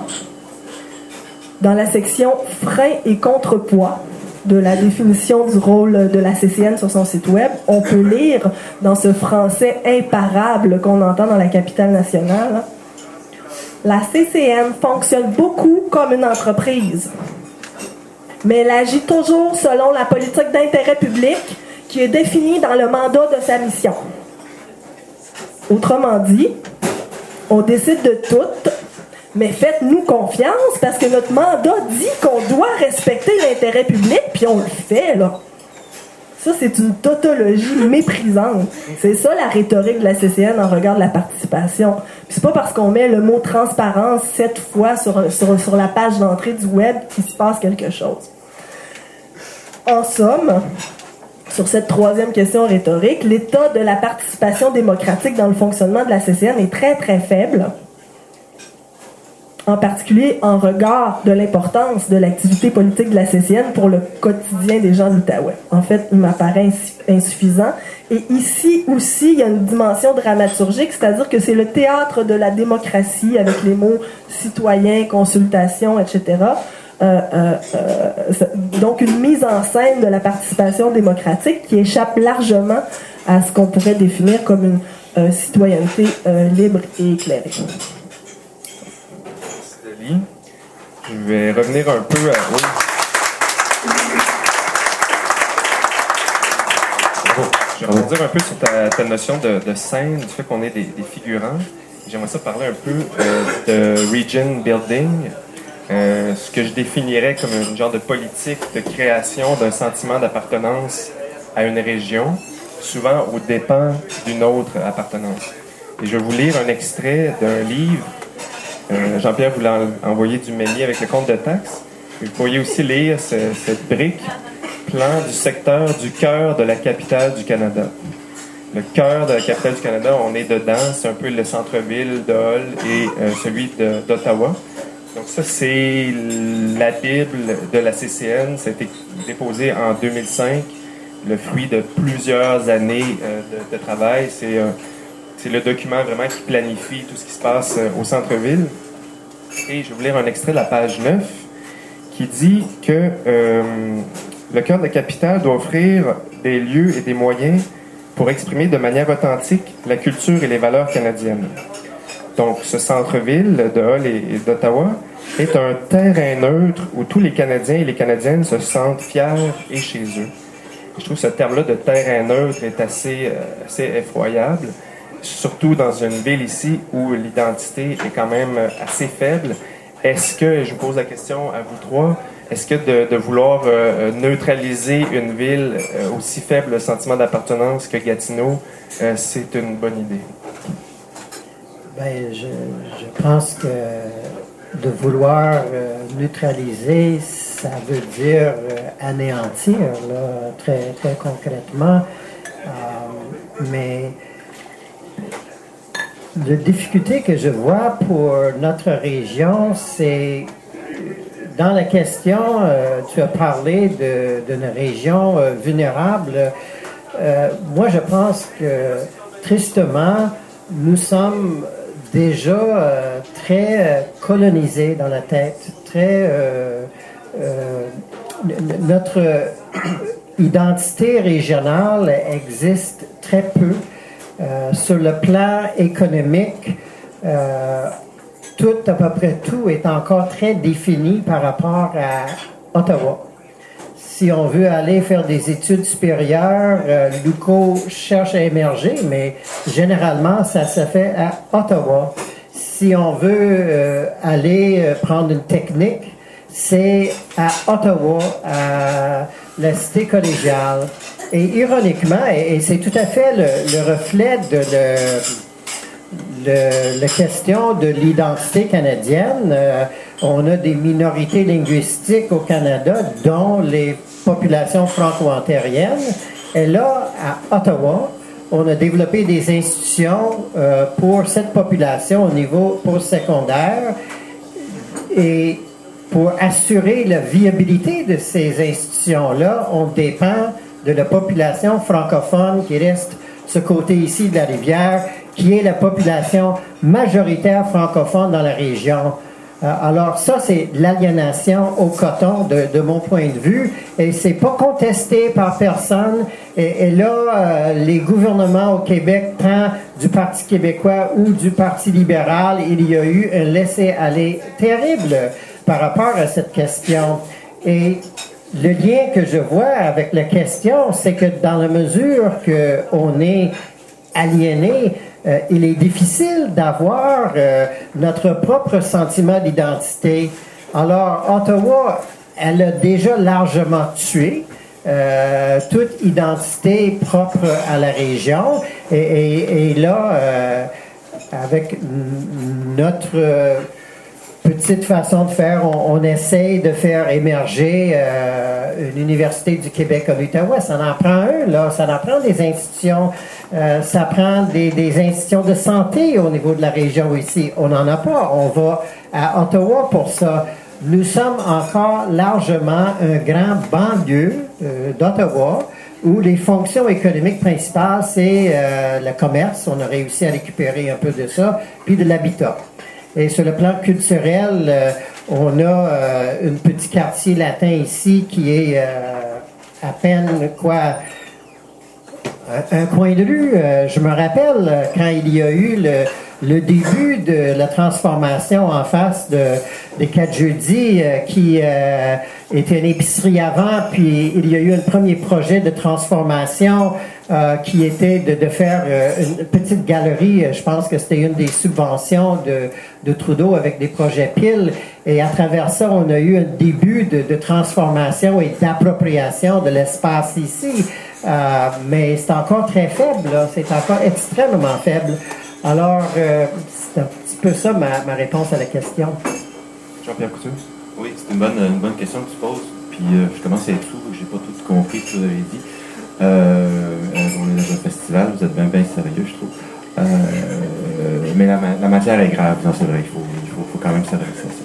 dans la section freins et contrepoids de la définition du rôle de la CCN sur son site web, on peut lire dans ce français imparable qu'on entend dans la capitale nationale, la CCN fonctionne beaucoup comme une entreprise, mais elle agit toujours selon la politique d'intérêt public qui est définie dans le mandat de sa mission. Autrement dit, on décide de tout, mais faites-nous confiance parce que notre mandat dit qu'on doit respecter l'intérêt public, puis on le fait, là. Ça, c'est une tautologie méprisante. C'est ça la rhétorique de la CCN en regard de la participation. Puis c'est pas parce qu'on met le mot transparence 7 fois sur la page d'entrée du web qu'il se passe quelque chose. En somme, sur cette troisième question rhétorique, l'état de la participation démocratique dans le fonctionnement de la CCN est très, très faible. en particulier en regard de l'importance de l'activité politique de la CCN pour le quotidien des gens de l'Outaouais. En fait, il m'apparaît insuffisant. Et ici aussi, il y a une dimension dramaturgique, c'est-à-dire que c'est le théâtre de la démocratie avec les mots citoyen, consultation, etc. Donc une mise en scène de la participation démocratique qui échappe largement à ce qu'on pourrait définir comme une citoyenneté libre et éclairée. Je vais revenir un peu à... Oui. Je vais revenir un peu sur ta notion de scène, du fait qu'on est des figurants. J'aimerais ça parler un peu de region building, ce que je définirais comme un genre de politique de création d'un sentiment d'appartenance à une région, souvent aux dépens d'une autre appartenance. Et je vais vous lire un extrait d'un livre. Jean-Pierre voulait envoyer du Meunier avec le compte de taxes. Vous pourriez aussi lire cette brique, plan du secteur du cœur de la capitale du Canada. Le cœur de la capitale du Canada, on est dedans, c'est un peu le centre-ville de Hull et celui d'Ottawa. Donc ça, c'est la Bible de la CCN, ça a été déposé en 2005, le fruit de plusieurs années de travail. C'est le document vraiment qui planifie tout ce qui se passe au centre-ville. Et je vais vous lire un extrait de la page 9 qui dit que le cœur de la capitale doit offrir des lieux et des moyens pour exprimer de manière authentique la culture et les valeurs canadiennes. Donc, ce centre-ville de Hull et d'Ottawa est un terrain neutre où tous les Canadiens et les Canadiennes se sentent fiers et chez eux. Je trouve que ce terme-là de terrain neutre est assez effroyable, surtout dans une ville ici où l'identité est quand même assez faible. Est-ce que, je vous pose la question à vous trois, est-ce que de vouloir neutraliser une ville aussi faible le sentiment d'appartenance que Gatineau, c'est une bonne idée? Ben, je pense que de vouloir neutraliser, ça veut dire anéantir, là, très, très concrètement. Mais la difficulté que je vois pour notre région, c'est dans la question, tu as parlé d'une région vulnérable. Moi, je pense que, tristement, nous sommes déjà très colonisés dans la tête. Notre identité régionale existe très peu. Sur le plan économique, à peu près tout est encore très défini par rapport à Ottawa. Si on veut aller faire des études supérieures, l'UQO cherche à émerger, mais généralement, ça se fait à Ottawa. Si on veut aller prendre une technique, c'est à Ottawa, à la cité collégiale. Et ironiquement, et c'est tout à fait le reflet de la question de l'identité canadienne, on a des minorités linguistiques au Canada, dont les populations franco-ontariennes. Et là, à Ottawa, on a développé des institutions pour cette population au niveau postsecondaire. Et pour assurer la viabilité de ces institutions-là, on dépend de la population francophone qui reste ce côté ici de la rivière, qui est la population majoritaire francophone dans la région. Alors ça, c'est l'aliénation au coton de mon point de vue, et c'est pas contesté par personne. Et là, les gouvernements au Québec, tant du Parti québécois ou du Parti libéral, il y a eu un laisser-aller terrible par rapport à cette question. Et le lien que je vois avec la question, c'est que dans la mesure qu'on est aliéné, il est difficile d'avoir notre propre sentiment d'identité. Alors, Ottawa, elle a déjà largement tué toute identité propre à la région. Et là, avec notre petite façon de faire. On essaye de faire émerger une université du Québec à l'Outaouais. Ça en prend un, là. Ça en prend des institutions. Ça prend des institutions de santé au niveau de la région ici. On n'en a pas. On va à Ottawa pour ça. Nous sommes encore largement un grand banlieue d'Ottawa où les fonctions économiques principales, c'est le commerce. On a réussi à récupérer un peu de ça, puis de l'habitat. Et sur le plan culturel, on a un petit quartier latin ici qui est à peine un coin de rue. Je me rappelle quand il y a eu le début de la transformation en face des 4 jeudis qui était une épicerie avant, puis il y a eu un premier projet de transformation qui était de faire une petite galerie. Je pense que c'était une des subventions de Trudeau avec des projets piles. Et à travers ça, on a eu un début de transformation et d'appropriation de l'espace ici. Mais c'est encore très faible, là. C'est encore extrêmement faible. Alors, c'est un petit peu ça ma réponse à la question. Jean-Pierre Couture? Oui, c'est une bonne question que tu poses. Puis je commence à être fou, j'ai pas tout compris ce que vous avez dit. On est dans un festival, vous êtes bien sérieux, je trouve. Mais la matière est grave, non, c'est vrai, il faut quand même s'adresser à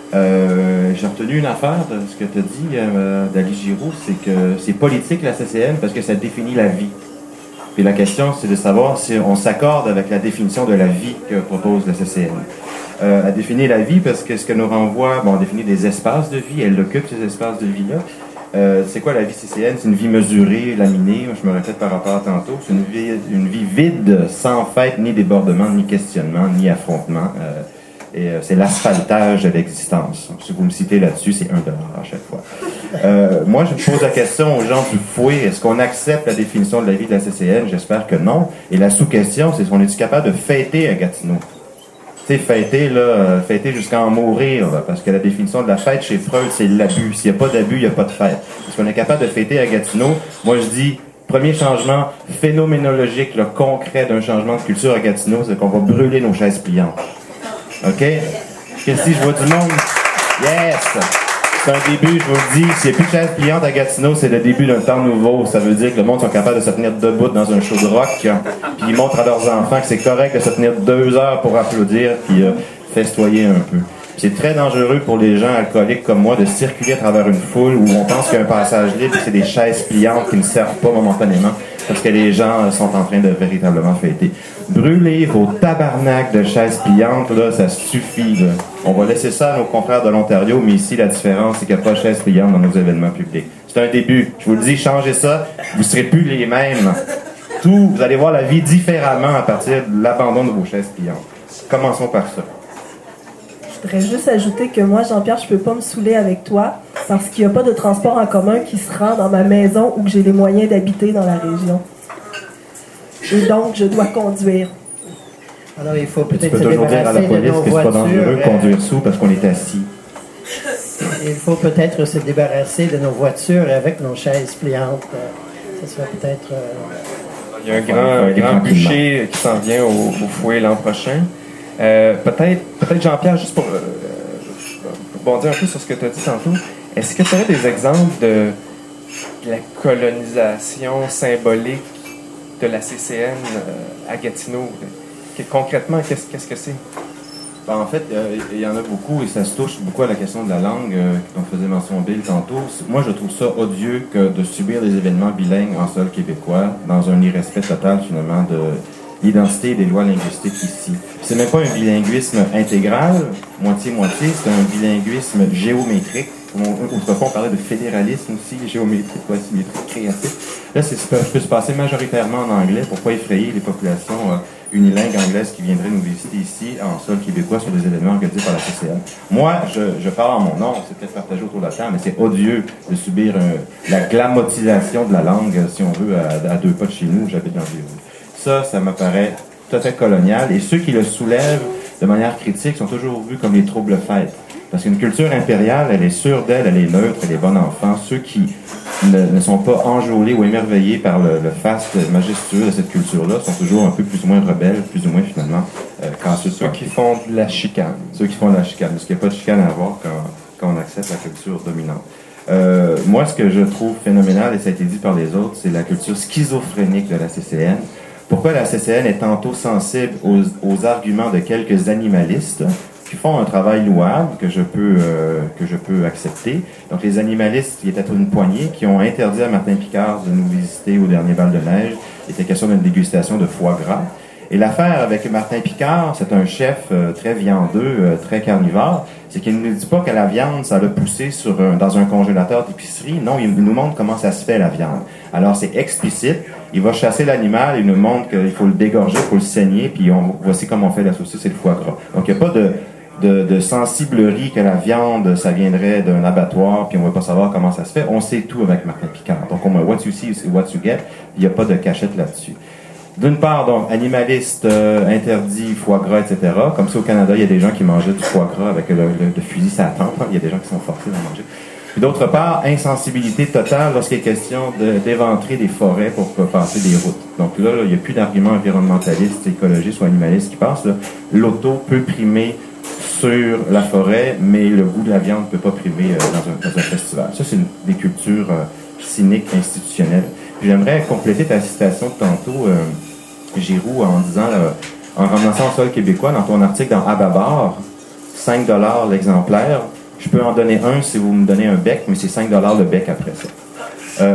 ça. J'ai retenu une affaire de ce que tu as dit, d'Ali Giroux, c'est que c'est politique la CCN parce que ça définit la vie. Puis la question, c'est de savoir si on s'accorde avec la définition de la vie que propose la CCN. À définir la vie parce que ce que nous renvoie, on définit des espaces de vie, elle occupe ces espaces de vie-là. C'est quoi la vie CCN? C'est une vie mesurée, laminée, je me répète par rapport à tantôt. C'est une vie vide, sans fête, ni débordement, ni questionnement, ni affrontement. Et c'est l'asphaltage de l'existence. Si vous me citez là-dessus, c'est $1 à chaque fois. Moi, je me pose la question aux gens du fouet, est-ce qu'on accepte la définition de la vie de la CCN? J'espère que non. Et la sous-question, c'est est-ce capable de fêter à Gatineau? Tu sais, fêter jusqu'à en mourir, là, parce que la définition de la fête chez Freud, c'est l'abus. S'il n'y a pas d'abus, il n'y a pas de fête. Est-ce qu'on est capable de fêter à Gatineau? Moi, je dis, premier changement phénoménologique, le concret d'un changement de culture à Gatineau, c'est qu'on va brûler nos chaises pliantes. OK? Qu'est-ce que je vois du monde? Yes! C'est un début, je vous le dis. S'il n'y a plus de chaises pliantes à Gatineau, c'est le début d'un temps nouveau. Ça veut dire que le monde sont capables de se tenir debout dans un show de rock, puis ils montrent à leurs enfants que c'est correct de se tenir 2 heures pour applaudir, puis festoyer un peu. C'est très dangereux pour les gens alcooliques comme moi de circuler à travers une foule où on pense qu'il y a un passage libre et c'est des chaises pliantes qui ne servent pas momentanément parce que les gens sont en train de véritablement fêter. Brûler vos tabarnaks de chaises pliantes, là, ça suffit. Là. On va laisser ça à nos confrères de l'Ontario, mais ici, la différence, c'est qu'il n'y a pas de chaises pliantes dans nos événements publics. C'est un début. Je vous le dis, changez ça, vous ne serez plus les mêmes. Vous allez voir la vie différemment à partir de l'abandon de vos chaises pliantes. Commençons par ça. Je voudrais juste ajouter que moi, Jean-Pierre, je peux pas me saouler avec toi parce qu'il n'y a pas de transport en commun qui se rend dans ma maison ou que j'ai les moyens d'habiter dans la région. Et donc, je dois conduire. Alors, il faut peut-être se débarrasser de nos voitures. Tu peux toujours dire à la police que c'est pas dangereux de conduire sous parce qu'on est assis. Il faut peut-être se débarrasser de nos voitures avec nos chaises pliantes. Ça serait peut-être... Il y a un grand bûcher qui s'en vient au fouet l'an prochain. Peut-être Jean-Pierre, juste pour rebondir un peu sur ce que tu as dit tantôt, est-ce que tu aurais des exemples de la colonisation symbolique de la CCN à Gatineau? Concrètement, qu'est-ce que c'est? En fait, il y en a beaucoup et ça se touche beaucoup à la question de la langue dont faisait mention Bill tantôt. Moi, je trouve ça odieux que de subir des événements bilingues en sol québécois dans un irrespect total, finalement, de l'identité et des lois linguistiques ici. C'est même pas un bilinguisme intégral, moitié-moitié, c'est un bilinguisme géométrique. Autrefois, on parlait de fédéralisme aussi, géométrique, symétrique, créatif. Là, ça peut se passer majoritairement en anglais pour pas effrayer les populations unilingues anglaises qui viendraient nous visiter ici, en sol québécois, sur des événements organisés par la CCN. Moi, je parle en mon nom, c'est peut-être partagé autour de la table, mais c'est odieux de subir la glamotisation de la langue, si on veut, à 2 pas de chez nous, où j'habite dans le vieux. Ça me paraît tout à fait colonial. Et ceux qui le soulèvent de manière critique sont toujours vus comme les troubles-fêtes. Parce qu'une culture impériale, elle est sûre d'elle, elle est neutre, elle est bonne enfant. Ceux qui ne sont pas enjôlés ou émerveillés par le faste majestueux de cette culture-là, sont toujours un peu plus ou moins rebelles, plus ou moins finalement casseux. Ceux qui font de la chicane. Ceux qui font de la chicane, parce qu'il n'y a pas de chicane à avoir quand on accepte la culture dominante. Moi, ce que je trouve phénoménal, et ça a été dit par les autres, c'est la culture schizophrénique de la CCN. Pourquoi la CCN est tantôt sensible aux arguments de quelques animalistes qui font un travail louable que je peux accepter. Donc les animalistes, il était une poignée, qui ont interdit à Martin Picard de nous visiter au dernier bal de neige. Il était question d'une dégustation de foie gras. Et l'affaire avec Martin Picard, c'est un chef très viandeux, très carnivore, c'est qu'il ne nous dit pas que la viande, ça l'a poussé dans un congélateur d'épicerie. Non, il nous montre comment ça se fait, la viande. Alors, c'est explicite. Il va chasser l'animal, il nous montre qu'il faut le dégorger, il faut le saigner, puis voici comment on fait la saucisse et le foie gras. Donc, il n'y a pas de sensiblerie que la viande, ça viendrait d'un abattoir, puis on ne va pas savoir comment ça se fait. On sait tout avec Martin Picard. Donc, on met what you see is what you get. Il n'y a pas de cachette là-dessus. D'une part, donc, animaliste, interdit, foie gras, etc. Comme ça, au Canada, il y a des gens qui mangeaient du foie gras avec le fusil sur la tempe. Il y a des gens qui sont forcés d'en manger. Puis d'autre part, insensibilité totale lorsqu'il est question d'éventrer des forêts pour passer des routes. Donc là, il n'y a plus d'arguments environnementalistes, écologistes ou animalistes qui passent. L'auto peut primer sur la forêt, mais le goût de la viande ne peut pas primer dans un festival. Ça, c'est des cultures cyniques, institutionnelles. J'aimerais compléter ta citation de tantôt, Giroux, en disant, en ramassant le sol québécois, dans ton article dans Ababar, 5 $ l'exemplaire. Je peux en donner un si vous me donnez un bec, mais c'est 5 $ le bec après ça.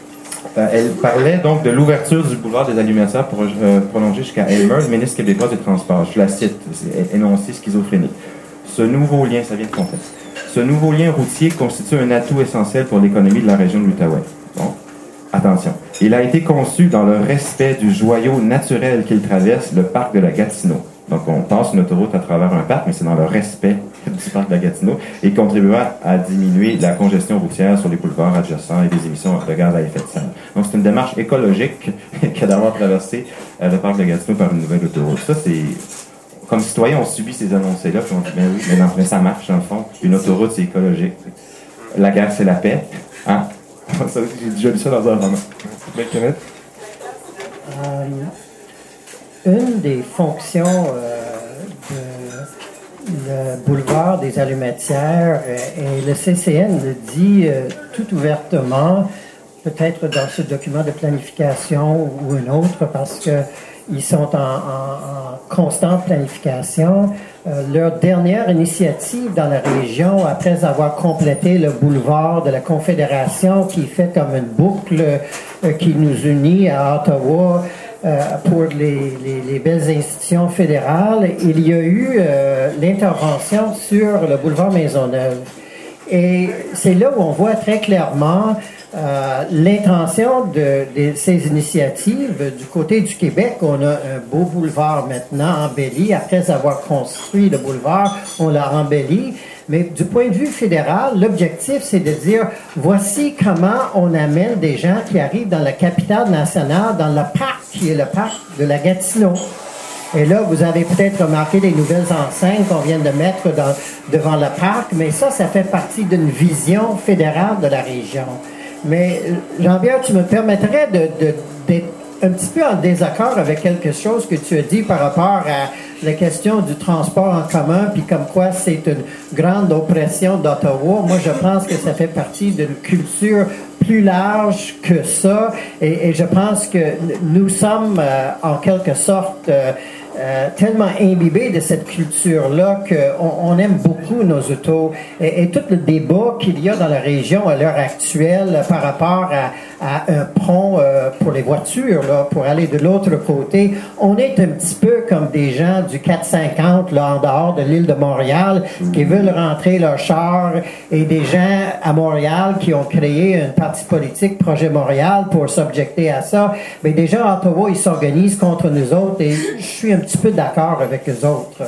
Elle parlait donc de l'ouverture du boulevard des Allumetières pour prolonger jusqu'à Aylmer, le ministre québécois des Transports. Je la cite, c'est énoncé schizophrénique. Ce nouveau lien, ça vient de contexte. Ce nouveau lien routier constitue un atout essentiel pour l'économie de la région de l'Outaouais. Bon. Attention, il a été conçu dans le respect du joyau naturel qu'il traverse, le parc de la Gatineau. Donc, on passe une autoroute à travers un parc, mais c'est dans le respect du parc de la Gatineau et il contribuera à diminuer la congestion routière sur les boulevards adjacents et des émissions de gaz à effet de serre. Donc, c'est une démarche écologique que d'avoir traversé le parc de la Gatineau par une nouvelle autoroute. Ça, c'est... Comme citoyens, on subit ces annoncés-là, puis on dit, mais oui, mais non, mais ça marche, dans le fond. Une autoroute, c'est écologique. La guerre, c'est la paix. Hein? Ça, j'ai déjà lu ça dans un roman. Une des fonctions le boulevard des Allumetières, et le CCN le dit tout ouvertement, peut-être dans ce document de planification ou un autre, parce qu'ils sont en constante planification. Leur dernière initiative dans la région, après avoir complété le boulevard de la Confédération, qui fait comme une boucle qui nous unit à Ottawa, pour les belles institutions fédérales, il y a eu l'intervention sur le boulevard Maisonneuve. Et c'est là où on voit très clairement l'intention de ces initiatives. Du côté du Québec, on a un beau boulevard maintenant embelli. Après avoir construit le boulevard, on l'a embelli. Mais du point de vue fédéral, l'objectif, c'est de dire, voici comment on amène des gens qui arrivent dans la capitale nationale, dans le parc, qui est le parc de la Gatineau. Et là, vous avez peut-être remarqué les nouvelles enseignes qu'on vient de mettre devant le parc, mais ça fait partie d'une vision fédérale de la région. Mais Jean-Pierre, tu me permettrais d'être un petit peu en désaccord avec quelque chose que tu as dit par rapport à la question du transport en commun, puis comme quoi c'est une grande oppression d'Ottawa. Moi, je pense que ça fait partie d'une culture plus large que ça, et je pense que nous sommes en quelque sorte tellement imbibés de cette culture-là qu'on aime beaucoup nos autos. Et tout le débat qu'il y a dans la région à l'heure actuelle par rapport à un pont pour les voitures, là, pour aller de l'autre côté, on est un petit peu comme des gens du 450 là, en dehors de l'île de Montréal qui veulent rentrer leur char, et des gens à Montréal qui ont créé un parti politique, Projet Montréal, pour s'objecter à ça. Mais des gens à Ottawa, ils s'organisent contre nous autres, et je suis un petit peu d'accord avec eux autres.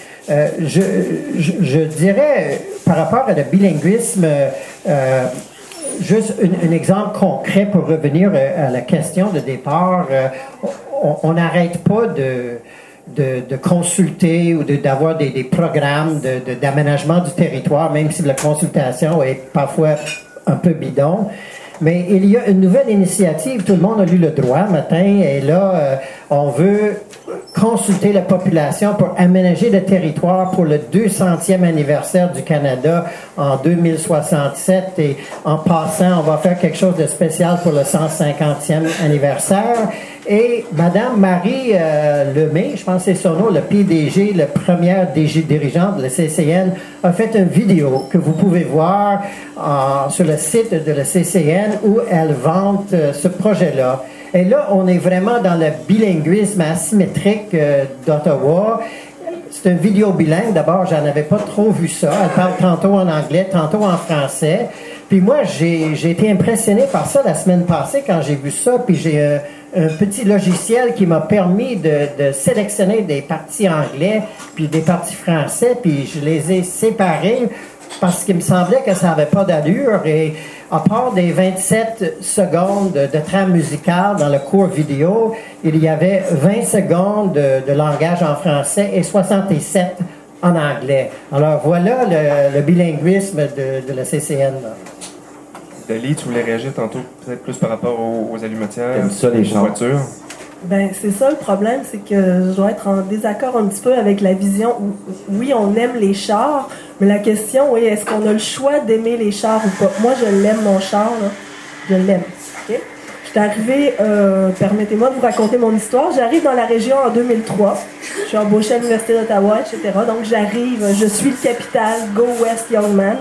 Je dirais, par rapport à le bilinguisme, juste un exemple concret pour revenir à la question de départ. On n'arrête pas de consulter ou d'avoir des programmes d'aménagement du territoire, même si la consultation est parfois un peu bidon. Mais il y a une nouvelle initiative, tout le monde a lu le droit matin, et là, on veut consulter la population pour aménager le territoire pour le 200e anniversaire du Canada en 2067. Et en passant, on va faire quelque chose de spécial pour le 150e anniversaire. Et Madame Marie Lemay, je pense que c'est son nom, le PDG, la première dirigeante de la CCN, a fait une vidéo que vous pouvez voir sur le site de la CCN où elle vante ce projet-là. Et là, on est vraiment dans le bilinguisme asymétrique d'Ottawa. C'est une vidéo bilingue. D'abord, j'en avais pas trop vu ça. Elle parle tantôt en anglais, tantôt en français. Puis moi, j'ai été impressionné par ça la semaine passée quand j'ai vu ça. Puis j'ai un petit logiciel qui m'a permis de sélectionner des parties anglais puis des parties français. Puis je les ai séparés parce qu'il me semblait que ça n'avait pas d'allure. Et à part des 27 secondes de trame musicale dans le cours vidéo, il y avait 20 secondes de langage en français et 67 en anglais. Alors voilà le bilinguisme de la CCN. Dali, tu voulais réagir tantôt peut-être plus par rapport aux allumetières, Comme ça, les aux voitures. Ben, c'est ça le problème, c'est que je dois être en désaccord un petit peu avec la vision où, oui, on aime les chars, mais la question est, est-ce qu'on a le choix d'aimer les chars ou pas? Moi, je l'aime, mon char, là. Je l'aime. OK? Je suis arrivée, permettez-moi de vous raconter mon histoire. J'arrive dans la région en 2003. Je suis embauchée à l'Université d'Ottawa, etc. Donc, j'arrive, je suis le capital, Go West Young Man.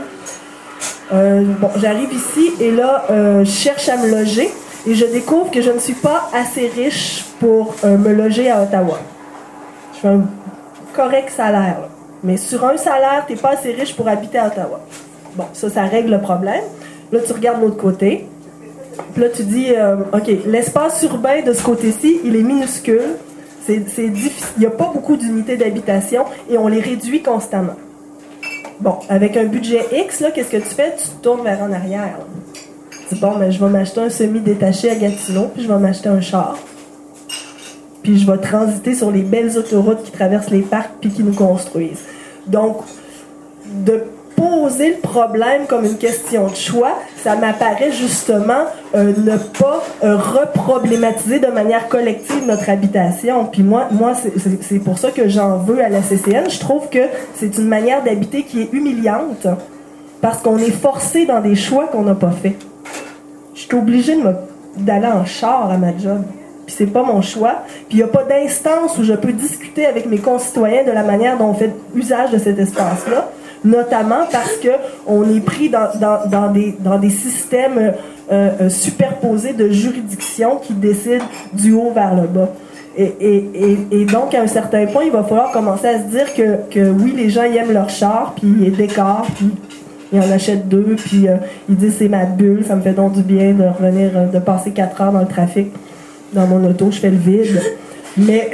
J'arrive ici et là, je cherche à me loger. Et je découvre que je ne suis pas assez riche pour me loger à Ottawa. Je fais un correct salaire, là. Mais sur un salaire, tu n'es pas assez riche pour habiter à Ottawa. Bon, ça règle le problème. Là, tu regardes de l'autre côté. Puis là, tu dis, OK, l'espace urbain de ce côté-ci, il est minuscule. C'est difficile. Il n'y a pas beaucoup d'unités d'habitation et on les réduit constamment. Bon, avec un budget X, là, qu'est-ce que tu fais? Tu te tournes vers en arrière, là. Bon, mais je vais m'acheter un semi-détaché à Gatineau, puis je vais m'acheter un char. Puis je vais transiter sur les belles autoroutes qui traversent les parcs puis qui nous construisent. Donc, de poser le problème comme une question de choix, ça m'apparaît justement ne pas reproblématiser de manière collective notre habitation. Puis moi c'est pour ça que j'en veux à la CCN. Je trouve que c'est une manière d'habiter qui est humiliante parce qu'on est forcé dans des choix qu'on n'a pas faits. Je suis obligée d'aller en char à ma job. Puis c'est pas mon choix. Puis il n'y a pas d'instance où je peux discuter avec mes concitoyens de la manière dont on fait usage de cet espace-là, notamment parce qu'on est pris dans des systèmes superposés de juridiction qui décident du haut vers le bas. Et donc, à un certain point, il va falloir commencer à se dire que oui, les gens ils aiment leur char, puis ils décorent, puis ils en achètent 2, puis ils disent c'est ma bulle, ça me fait donc du bien de revenir, de passer 4 heures dans le trafic, dans mon auto, je fais le vide. Mais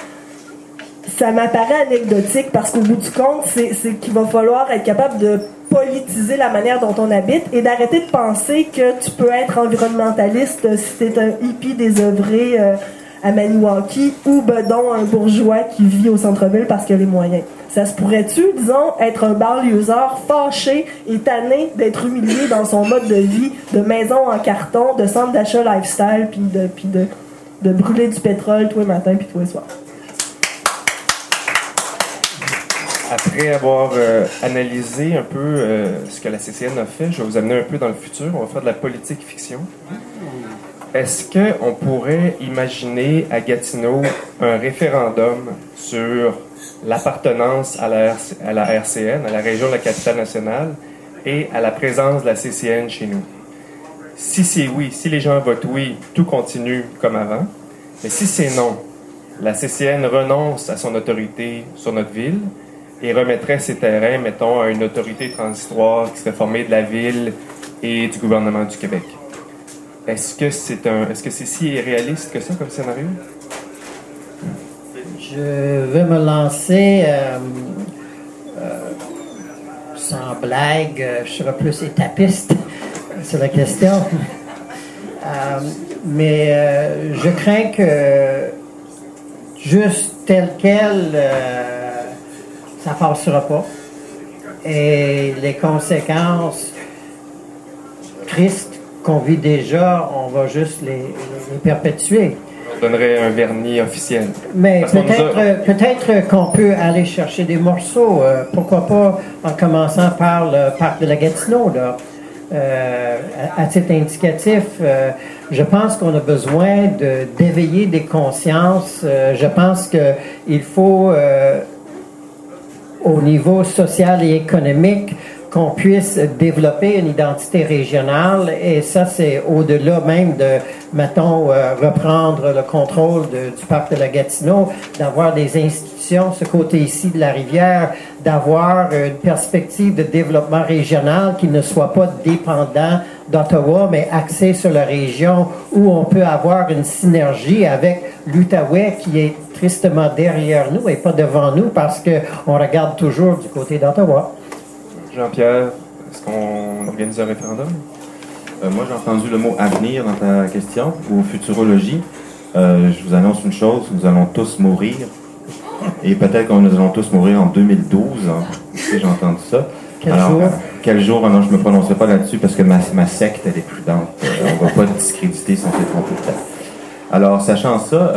ça m'apparaît anecdotique parce qu'au bout du compte, c'est qu'il va falloir être capable de politiser la manière dont on habite et d'arrêter de penser que tu peux être environnementaliste si t'es un hippie désœuvré à Maniwaki ou bedon un bourgeois qui vit au centre-ville parce qu'il a les moyens. Ça se pourrait-tu, disons, être un banlieusard fâché et tanné d'être humilié dans son mode de vie, de maison en carton, de centre d'achat lifestyle, puis de brûler du pétrole tous les matins puis tous les soirs? Après avoir analysé un peu ce que la CCN a fait, je vais vous amener un peu dans le futur. On va faire de la politique fiction. Est-ce qu'on pourrait imaginer à Gatineau un référendum sur l'appartenance à la RCN, à la région de la Capitale-Nationale, et à la présence de la CCN chez nous? Si c'est oui, si les gens votent oui, tout continue comme avant. Mais si c'est non, la CCN renonce à son autorité sur notre ville et remettrait ses terrains, mettons, à une autorité transitoire qui serait formée de la ville et du gouvernement du Québec. Est-ce que c'est si réaliste que ça comme scénario? Je vais me lancer sans blague, je serai plus étapiste sur la question. Mais je crains que juste tel quel, ça passera pas. Et les conséquences tristes qu'on vit déjà, on va juste les perpétuer. On donnerait un vernis officiel. Mais Parce qu'on nous a- peut-être qu'on peut aller chercher des morceaux. Pourquoi pas en commençant par le parc de la Gatineau, là. À titre indicatif, je pense qu'on a besoin d'éveiller des consciences. Je pense qu'il faut, au niveau social et économique, qu'on puisse développer une identité régionale, et ça, c'est au-delà même de, mettons, reprendre le contrôle du parc de la Gatineau, d'avoir des institutions, ce côté ici de la rivière, d'avoir une perspective de développement régional qui ne soit pas dépendant d'Ottawa, mais axé sur la région, où on peut avoir une synergie avec l'Outaouais qui est tristement derrière nous et pas devant nous, parce qu'on regarde toujours du côté d'Ottawa. Jean-Pierre, est-ce qu'on organise un référendum? Moi, j'ai entendu le mot avenir dans ta question, ou futurologie. Je vous annonce une chose, nous allons tous mourir. Et peut-être que nous allons tous mourir en 2012. Hein. J'ai entendu ça. Quel jour? Quel jour? Non, je ne me prononcerai pas là-dessus parce que ma secte, elle est prudente. On ne va pas discréditer si on s'est trompé de tête. Alors, sachant ça,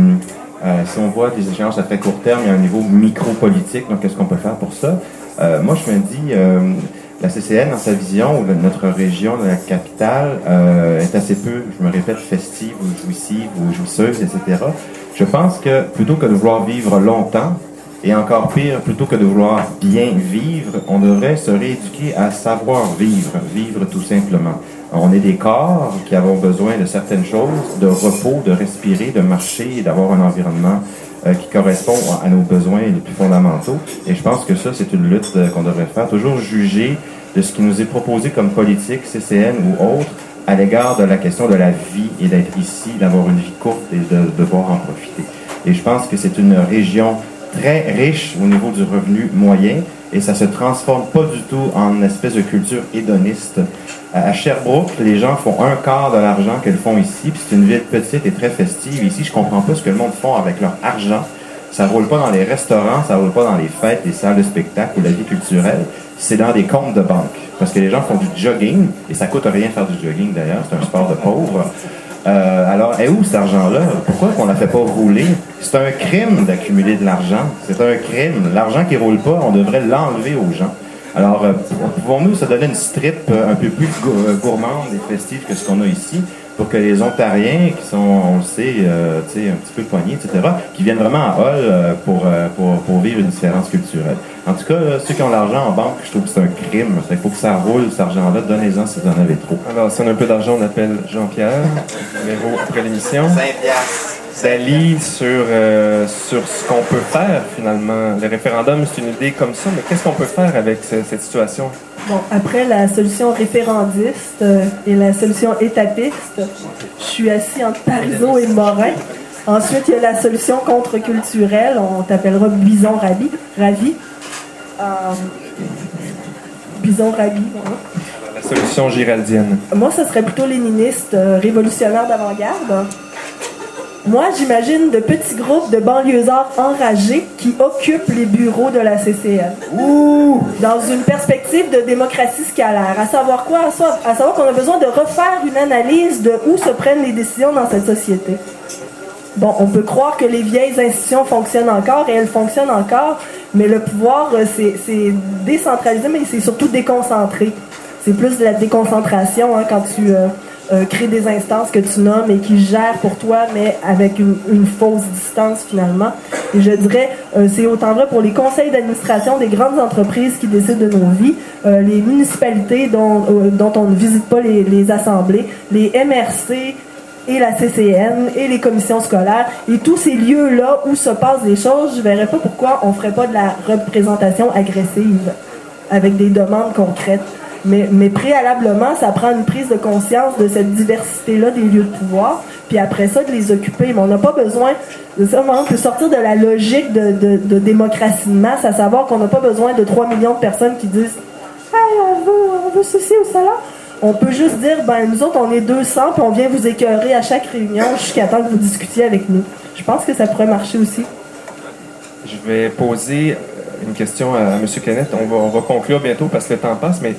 si on voit des échéances à très court terme, il y a un niveau micro-politique. Donc, qu'est-ce qu'on peut faire pour ça? Moi, je me dis, la CCN, dans sa vision, ou notre région, la capitale, est assez peu, je me répète, festive ou jouissive ou jouisseuse, etc. Je pense que plutôt que de vouloir vivre longtemps, et encore pire, plutôt que de vouloir bien vivre, on devrait se rééduquer à savoir vivre tout simplement. On est des corps qui avons besoin de certaines choses, de repos, de respirer, de marcher et d'avoir un environnement qui correspond à nos besoins les plus fondamentaux. Et je pense que ça, c'est une lutte qu'on devrait faire. Toujours juger de ce qui nous est proposé comme politique, CCN ou autre, à l'égard de la question de la vie et d'être ici, d'avoir une vie courte et de devoir en profiter. Et je pense que c'est une région très riche au niveau du revenu moyen et ça se transforme pas du tout en une espèce de culture hédoniste. À Sherbrooke, les gens font un quart de l'argent qu'ils font ici, puis c'est une ville petite et très festive. Ici, je comprends pas ce que le monde fait avec leur argent. Ça roule pas dans les restaurants, ça roule pas dans les fêtes, les salles de spectacle ou la vie culturelle. C'est dans des comptes de banque. Parce que les gens font du jogging, et ça coûte rien faire du jogging d'ailleurs, c'est un sport de pauvre. Alors, où cet argent-là? Pourquoi qu'on ne la fait pas rouler? C'est un crime d'accumuler de l'argent. C'est un crime. L'argent qui ne roule pas, on devrait l'enlever aux gens. Alors, pouvons-nous se donner une strip un peu plus gourmande et festive que ce qu'on a ici, pour que les Ontariens, qui sont, on le sait, un petit peu poignés, etc., qui viennent vraiment à Hull pour vivre une différence culturelle. En tout cas, ceux qui ont l'argent en banque, je trouve que c'est un crime. Il faut que ça roule, cet argent-là. Donnez-en si vous en avez trop. Alors, si on a un peu d'argent, on appelle Jean-Pierre, numéro après l'émission. 5 piastres. D'Ali sur ce qu'on peut faire, finalement. Le référendum, c'est une idée comme ça, mais qu'est-ce qu'on peut faire avec cette situation? Bon, après la solution référendiste et la solution étapiste, je suis assis entre Parizeau et Morin. Ensuite, il y a la solution contre-culturelle, on t'appellera Bison Ravi. Bison Ravi, voilà. La solution giraldienne. Moi, ce serait plutôt léniniste, révolutionnaire d'avant-garde. Moi, j'imagine de petits groupes de banlieusards enragés qui occupent les bureaux de la CCN. Ouh! Dans une perspective de démocratie scalaire. À savoir quoi? À savoir qu'on a besoin de refaire une analyse de où se prennent les décisions dans cette société. Bon, on peut croire que les vieilles institutions fonctionnent encore, et elles fonctionnent encore, mais le pouvoir, c'est décentralisé, mais c'est surtout déconcentré. C'est plus de la déconcentration, hein, quand tu crées des instances que tu nommes et qui gèrent pour toi, mais avec une fausse distance finalement. Et je dirais, c'est autant vrai pour les conseils d'administration des grandes entreprises qui décident de nos vies, les municipalités dont on ne visite pas les assemblées, les MRC et la CCN et les commissions scolaires et tous ces lieux-là où se passent des choses, je ne verrais pas pourquoi on ne ferait pas de la représentation agressive avec des demandes concrètes. Mais préalablement, ça prend une prise de conscience de cette diversité-là des lieux de pouvoir, puis après ça, de les occuper. Mais on n'a pas besoin de ça, de sortir de la logique de démocratie de masse, à savoir qu'on n'a pas besoin de 3 millions de personnes qui disent « Hey, on veut ceci ou cela ». On peut juste dire, nous autres, on est 200, puis on vient vous écœurer à chaque réunion jusqu'à temps que vous discutiez avec nous. Je pense que ça pourrait marcher aussi. Je vais poser une question à M. Kenneth. On va conclure bientôt parce que le temps passe, mais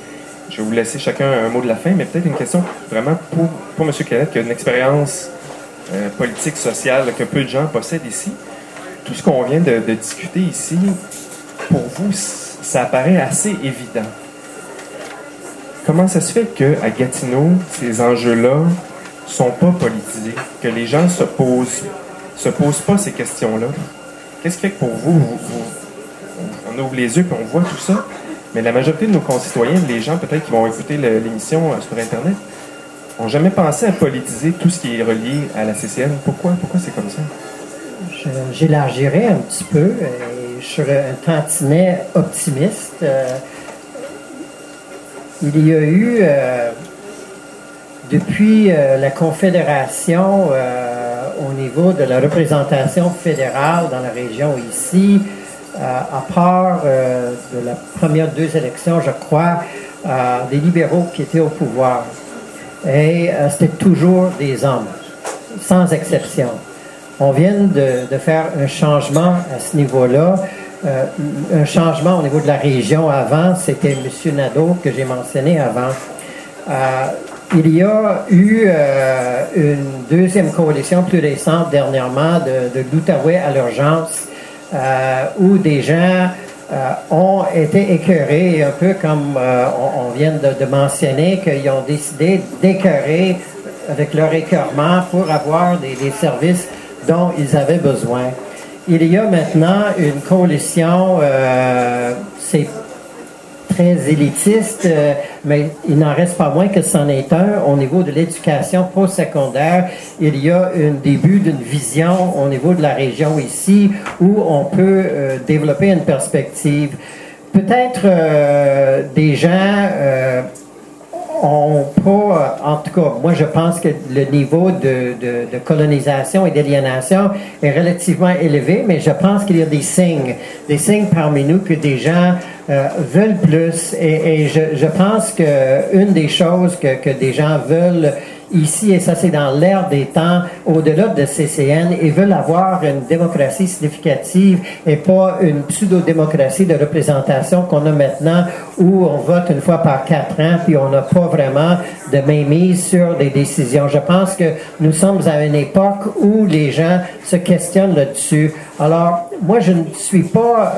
Je vais vous laisser chacun un mot de la fin, mais peut-être une question vraiment pour M. Kenneth, qui a une expérience politique, sociale que peu de gens possèdent ici. Tout ce qu'on vient de discuter ici, pour vous, ça apparaît assez évident. Comment ça se fait qu'à Gatineau, ces enjeux-là sont pas politisés, que les gens se posent pas ces questions-là? Qu'est-ce qui fait que pour vous, on ouvre les yeux et on voit tout ça, mais la majorité de nos concitoyens, les gens peut-être qui vont écouter l'émission sur Internet, n'ont jamais pensé à politiser tout ce qui est relié à la CCN. Pourquoi c'est comme ça? J'élargirais un petit peu. Je serais un tantinet optimiste. Il y a eu, depuis la Confédération, au niveau de la représentation fédérale dans la région ici, à part de la première 2 élections, je crois, des libéraux qui étaient au pouvoir. Et c'était toujours des hommes, sans exception. On vient de faire un changement à ce niveau-là. Un changement au niveau de la région avant, c'était M. Nadeau que j'ai mentionné avant. Il y a eu une deuxième coalition plus récente dernièrement de l'Outaouais à l'urgence où des gens ont été écœurés, un peu comme on vient de mentionner, qu'ils ont décidé d'écœurer avec leur écœurement pour avoir des services dont ils avaient besoin. Il y a maintenant une coalition, c'est très élitiste, mais il n'en reste pas moins que c'en est un. Au niveau de l'éducation postsecondaire, il y a un début d'une vision au niveau de la région ici où on peut développer une perspective. Peut-être des gens ont pas, en tout cas, moi je pense que le niveau de colonisation et d'aliénation est relativement élevé, mais je pense qu'il y a des signes parmi nous que des gens veulent plus et je pense que une des choses que des gens veulent ici, et ça c'est dans l'ère des temps, au-delà de CCN, ils veulent avoir une démocratie significative et pas une pseudo-démocratie de représentation qu'on a maintenant où on vote une fois par 4 ans puis on n'a pas vraiment de mainmise sur des décisions. Je pense que nous sommes à une époque où les gens se questionnent là-dessus. Alors, moi je ne suis pas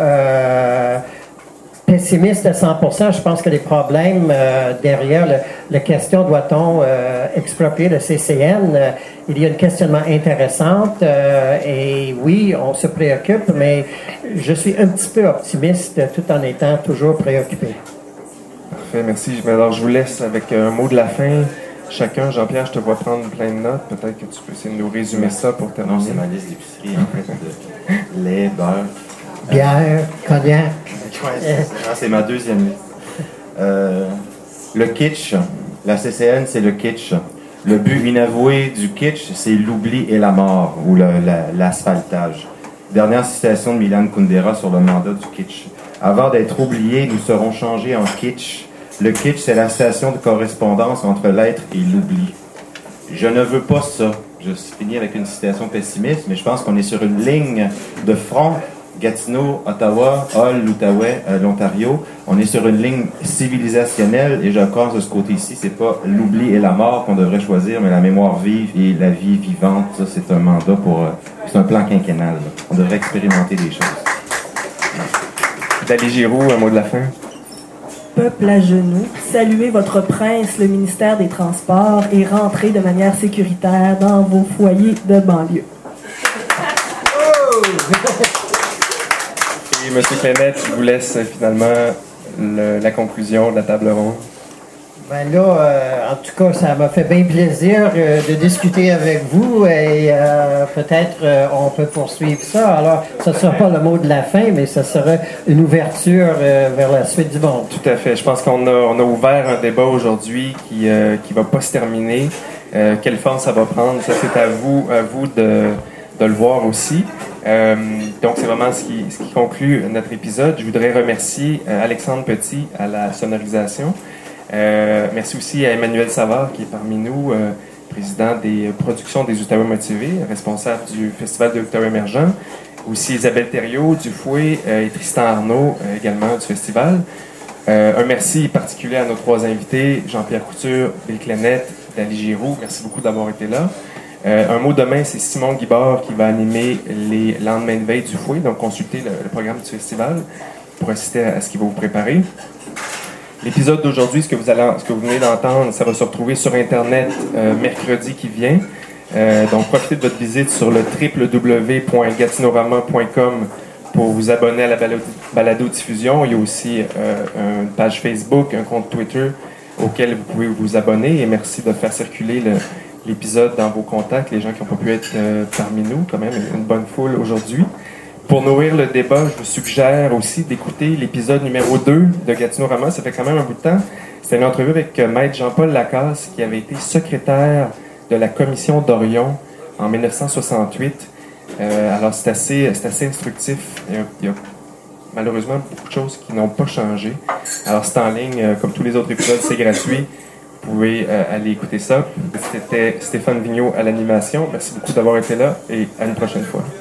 pessimiste à 100%. Je pense que les problèmes derrière la question doit-on exproprier le CCN, il y a un questionnement intéressant et oui, on se préoccupe, mais je suis un petit peu optimiste tout en étant toujours préoccupé. Parfait, merci. Alors, je vous laisse avec un mot de la fin. Chacun, Jean-Pierre, je te vois prendre plein de notes. Peut-être que tu peux essayer de nous résumer ça pour terminer. Non, c'est ma liste d'épicerie, en fait, de lait, beurre. Bière, cognac. C'est ma deuxième liste. Le kitsch. La CCN, c'est le kitsch. Le but inavoué du kitsch, c'est l'oubli et la mort, ou l'asphaltage. Dernière citation de Milan Kundera sur le mandat du kitsch. Avant d'être oubliés, nous serons changés en kitsch. Le kitsch, c'est la station de correspondance entre l'être et l'oubli. Je ne veux pas ça. Je finis avec une citation pessimiste, mais je pense qu'on est sur une ligne de front. Gatineau, Ottawa, Hull, l'Outaouais, l'Ontario. On est sur une ligne civilisationnelle et je pense de ce côté-ci, c'est pas l'oubli et la mort qu'on devrait choisir, mais la mémoire vive et la vie vivante. Ça, c'est un mandat c'est un plan quinquennal. On devrait expérimenter des choses. Dali Giroux, un mot de la fin. Peuple à genoux, saluez votre prince, le ministère des Transports, et rentrez de manière sécuritaire dans vos foyers de banlieue. Et M. Kenneth, je vous laisse finalement la conclusion de la table ronde. Ben là, en tout cas, ça m'a fait bien plaisir de discuter avec vous et peut-être on peut poursuivre ça. Alors, ce ne sera pas le mot de la fin, mais ce sera une ouverture vers la suite du monde. Tout à fait. Je pense qu'on a ouvert un débat aujourd'hui qui va pas se terminer. Quelle forme ça va prendre, ça c'est à vous de le voir aussi. Donc, c'est vraiment ce qui conclut notre épisode. Je voudrais remercier Alexandre Petit à la sonorisation. Merci aussi à Emmanuel Savard qui est parmi nous, président des productions des Outaouais motivés, responsable du Festival de l'Outaouais émergent. Aussi Isabelle Thériault du Fouet et Tristan Arnaud également du festival. Un merci particulier à nos 3 invités, Jean-Pierre Couture, Bill Clenette, Dali Giroux. Merci beaucoup d'avoir été là. Un mot demain, c'est Simon Guibard qui va animer les lendemains de veille du Fouet. Donc, consultez le programme du festival pour assister à ce qu'il va vous préparer. L'épisode d'aujourd'hui, ce que vous venez d'entendre, ça va se retrouver sur Internet mercredi qui vient. Donc, profitez de votre visite sur le www.gatinorama.com pour vous abonner à la balado-diffusion. Il y a aussi une page Facebook, un compte Twitter auquel vous pouvez vous abonner. Et merci de faire circuler l'épisode dans vos contacts, les gens qui n'ont pas pu être parmi nous, quand même, une bonne foule aujourd'hui. Pour nourrir le débat, je vous suggère aussi d'écouter l'épisode numéro 2 de Gatinorama. Ça fait quand même un bout de temps. C'était une entrevue avec Maître Jean-Paul Lacasse, qui avait été secrétaire de la commission d'Orion en 1968. Alors, c'est assez instructif. Il y a malheureusement beaucoup de choses qui n'ont pas changé. Alors, c'est en ligne, comme tous les autres épisodes, c'est gratuit. Vous pouvez aller écouter ça. C'était Stéphane Vigneault à l'animation. Merci beaucoup d'avoir été là et à une prochaine fois.